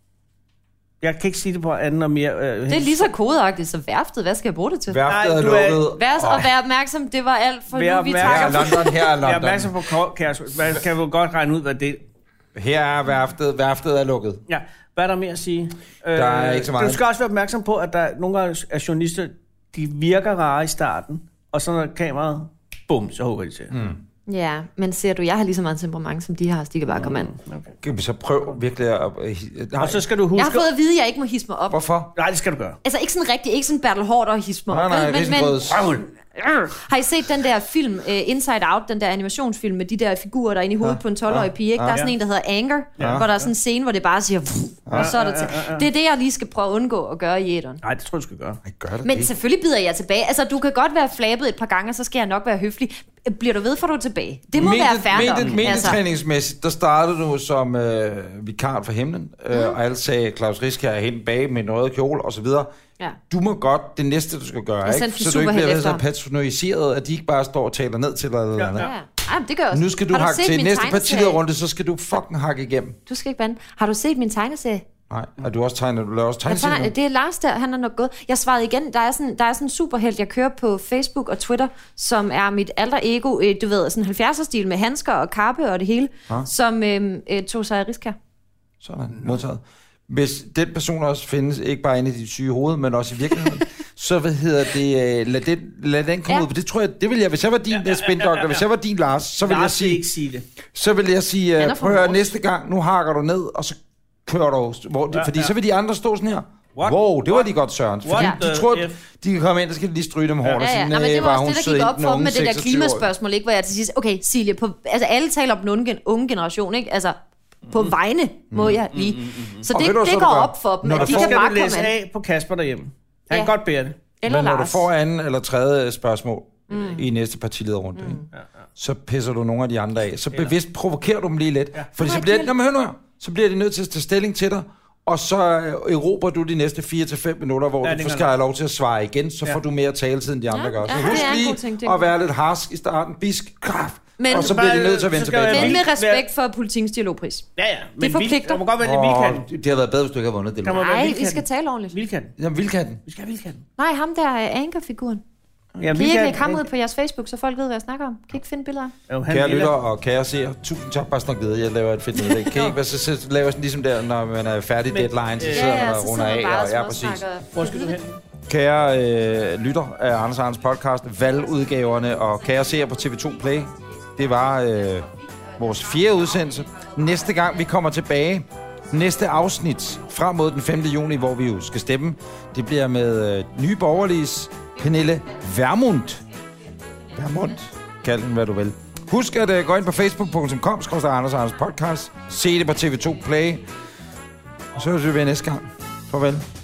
Speaker 2: Jeg kan ikke sige det på anden og mere...
Speaker 3: det er lige så kodeagtigt som værftet. Hvad skal jeg bruge det til?
Speaker 1: Værftet er lukket.
Speaker 3: Og vær opmærksom, det var alt for nu. Vi
Speaker 1: takker London, her er London.
Speaker 2: Vær opmærksom på Kåre Skov. Kan du godt regne ud, hvad det...
Speaker 1: Her er værftet. Værftet er lukket.
Speaker 2: Ja. Hvad er der mere at sige?
Speaker 1: Der er ikke så meget.
Speaker 2: Du skal også være opmærksom på, at der nogle gange er journalister, de virker rare i starten, og så når kameraet, bum, så hugger de til.
Speaker 3: Ja, men ser du, jeg har lige så meget temperament, som de har, så de kan bare komme an.
Speaker 1: Okay. Kan vi så prøve virkelig at...
Speaker 2: Og så skal du huske...
Speaker 3: Jeg har fået at vide, at jeg ikke må hisse mig op.
Speaker 1: Hvorfor?
Speaker 2: Nej, det skal du gøre.
Speaker 3: Altså ikke sådan rigtigt, ikke sådan Bertel Haarder og hisse mig op.
Speaker 1: Nej,
Speaker 3: har I set den der film, Inside Out, den der animationsfilm med de der figurer, der er inde i hovedet på en 12-årig pige, ikke? Der er sådan en, der hedder Anger, hvor der er sådan en scene, hvor det bare siger... og så er der til. Det er det, jeg lige skal prøve at undgå at gøre i æteren.
Speaker 2: Nej, det tror jeg, du skal gøre.
Speaker 3: Men selvfølgelig bider jeg tilbage. Altså, du kan godt være flabet et par gange, og så skal jeg nok være høflig. Bliver du ved, får du tilbage. Det må være fair nok.
Speaker 1: Medietræningsmæssigt, der startede du som vikar for himlen, og alle sagde, Claus Riskær er helt bag med en rød kjole, og så videre.
Speaker 3: Ja.
Speaker 1: Du må godt det næste, du skal gøre, ikke? Så du ikke bliver så patroniseret, at de ikke bare står og taler ned til dig eller andet.
Speaker 3: Ja. Ej, det gør også.
Speaker 1: Nu skal du hakke til næste partilederrunde, så skal du fucking hakke igennem.
Speaker 3: Du skal ikke bande. Har du set min tegneserie?
Speaker 1: Nej, og du laver også tegneserier?
Speaker 3: Det er Lars der, han er nok gået. Jeg svarede igen, der er sådan en superhelt, jeg kører på Facebook og Twitter, som er mit alter ego, du ved, sådan 70'er-stil med handsker og kappe og det hele, som tog sig af Riskær.
Speaker 1: Sådan, modtaget. Hvis den person også findes, ikke bare inde i dit syge hoved, men også i virkeligheden, så lad den komme ud. For det tror jeg, det vil jeg, hvis jeg var din spindoktor, hvis jeg var din Lars, så vil jeg sige,
Speaker 2: ikke sige det.
Speaker 1: Så vil jeg sige, prøv at høre, næste gang, nu hakker du ned, og så kører du, fordi så vil de andre stå sådan her. Wow, det var de godt, Søren. Fordi de tror, de kan komme ind, og skal lige stryge dem hårdt og sige,
Speaker 3: men det var også det, der gik op for med det der klimaspørgsmål, ikke? Hvor jeg til sidst, okay, Silje, altså alle taler om den unge generation, ikke? Altså, på vegne må jeg lige. Så det går op for dem.
Speaker 2: Når du skal du læse af på Kasper derhjemme. Han kan godt bære det.
Speaker 1: Men når du får anden eller tredje spørgsmål i næste partilederrunde, så pisser du nogle af de andre af. Så bevidst provokerer du dem lige lidt. Fordi så bliver de nødt til at tage stilling til dig, og så erobrer du de næste 4-5 minutter, hvor du skal have lov til at svare igen, så får du mere taletid, end de andre gør. Så husk lige at være lidt harsk i starten, bisk, kraft.
Speaker 3: Men,
Speaker 1: og så bliver de nødt til at vende tilbage.
Speaker 3: Men med respekt for Politikens Dialogpris.
Speaker 2: Ja.
Speaker 3: Det forpligter.
Speaker 2: Det må godt være det Vildkatten.
Speaker 1: Det havde været bedre, hvis du ikke havde vundet det.
Speaker 3: Nej, vi skal tale ordentligt.
Speaker 2: Vildkatten.
Speaker 1: Jamen, Vildkatten.
Speaker 2: Vi skal have Vildkatten.
Speaker 3: Nej, ham der er ankerfiguren. Ja, kan I ikke lægge ham ud på jeres Facebook, så folk ved, hvad jeg snakker om? Kan I ikke finde billeder af?
Speaker 1: Kære lytter og kære seere, tusind tak, bare snak videre. Jeg laver et fedt nedlæg. Kan I ikke være så laver sådan ligesom der, når man er færdig deadline, så sidder man og runder af, og præcis.
Speaker 2: Hvor skal du hen?
Speaker 1: Kære lytter af Anders Arns podcast, valgudgaverne og kære seere på TV2 Play. Det var vores 4. udsendelse. Næste gang vi kommer tilbage, næste afsnit frem mod den 5. juni, hvor vi jo skal stemme, det bliver med Nye Borgerliges Pernille Vermund. Kald den, hvad du vil. Husk at gå ind på facebook.com/Anders Arns podcast. Se det på TV2 Play. Og så ses vi næste gang. Farvel.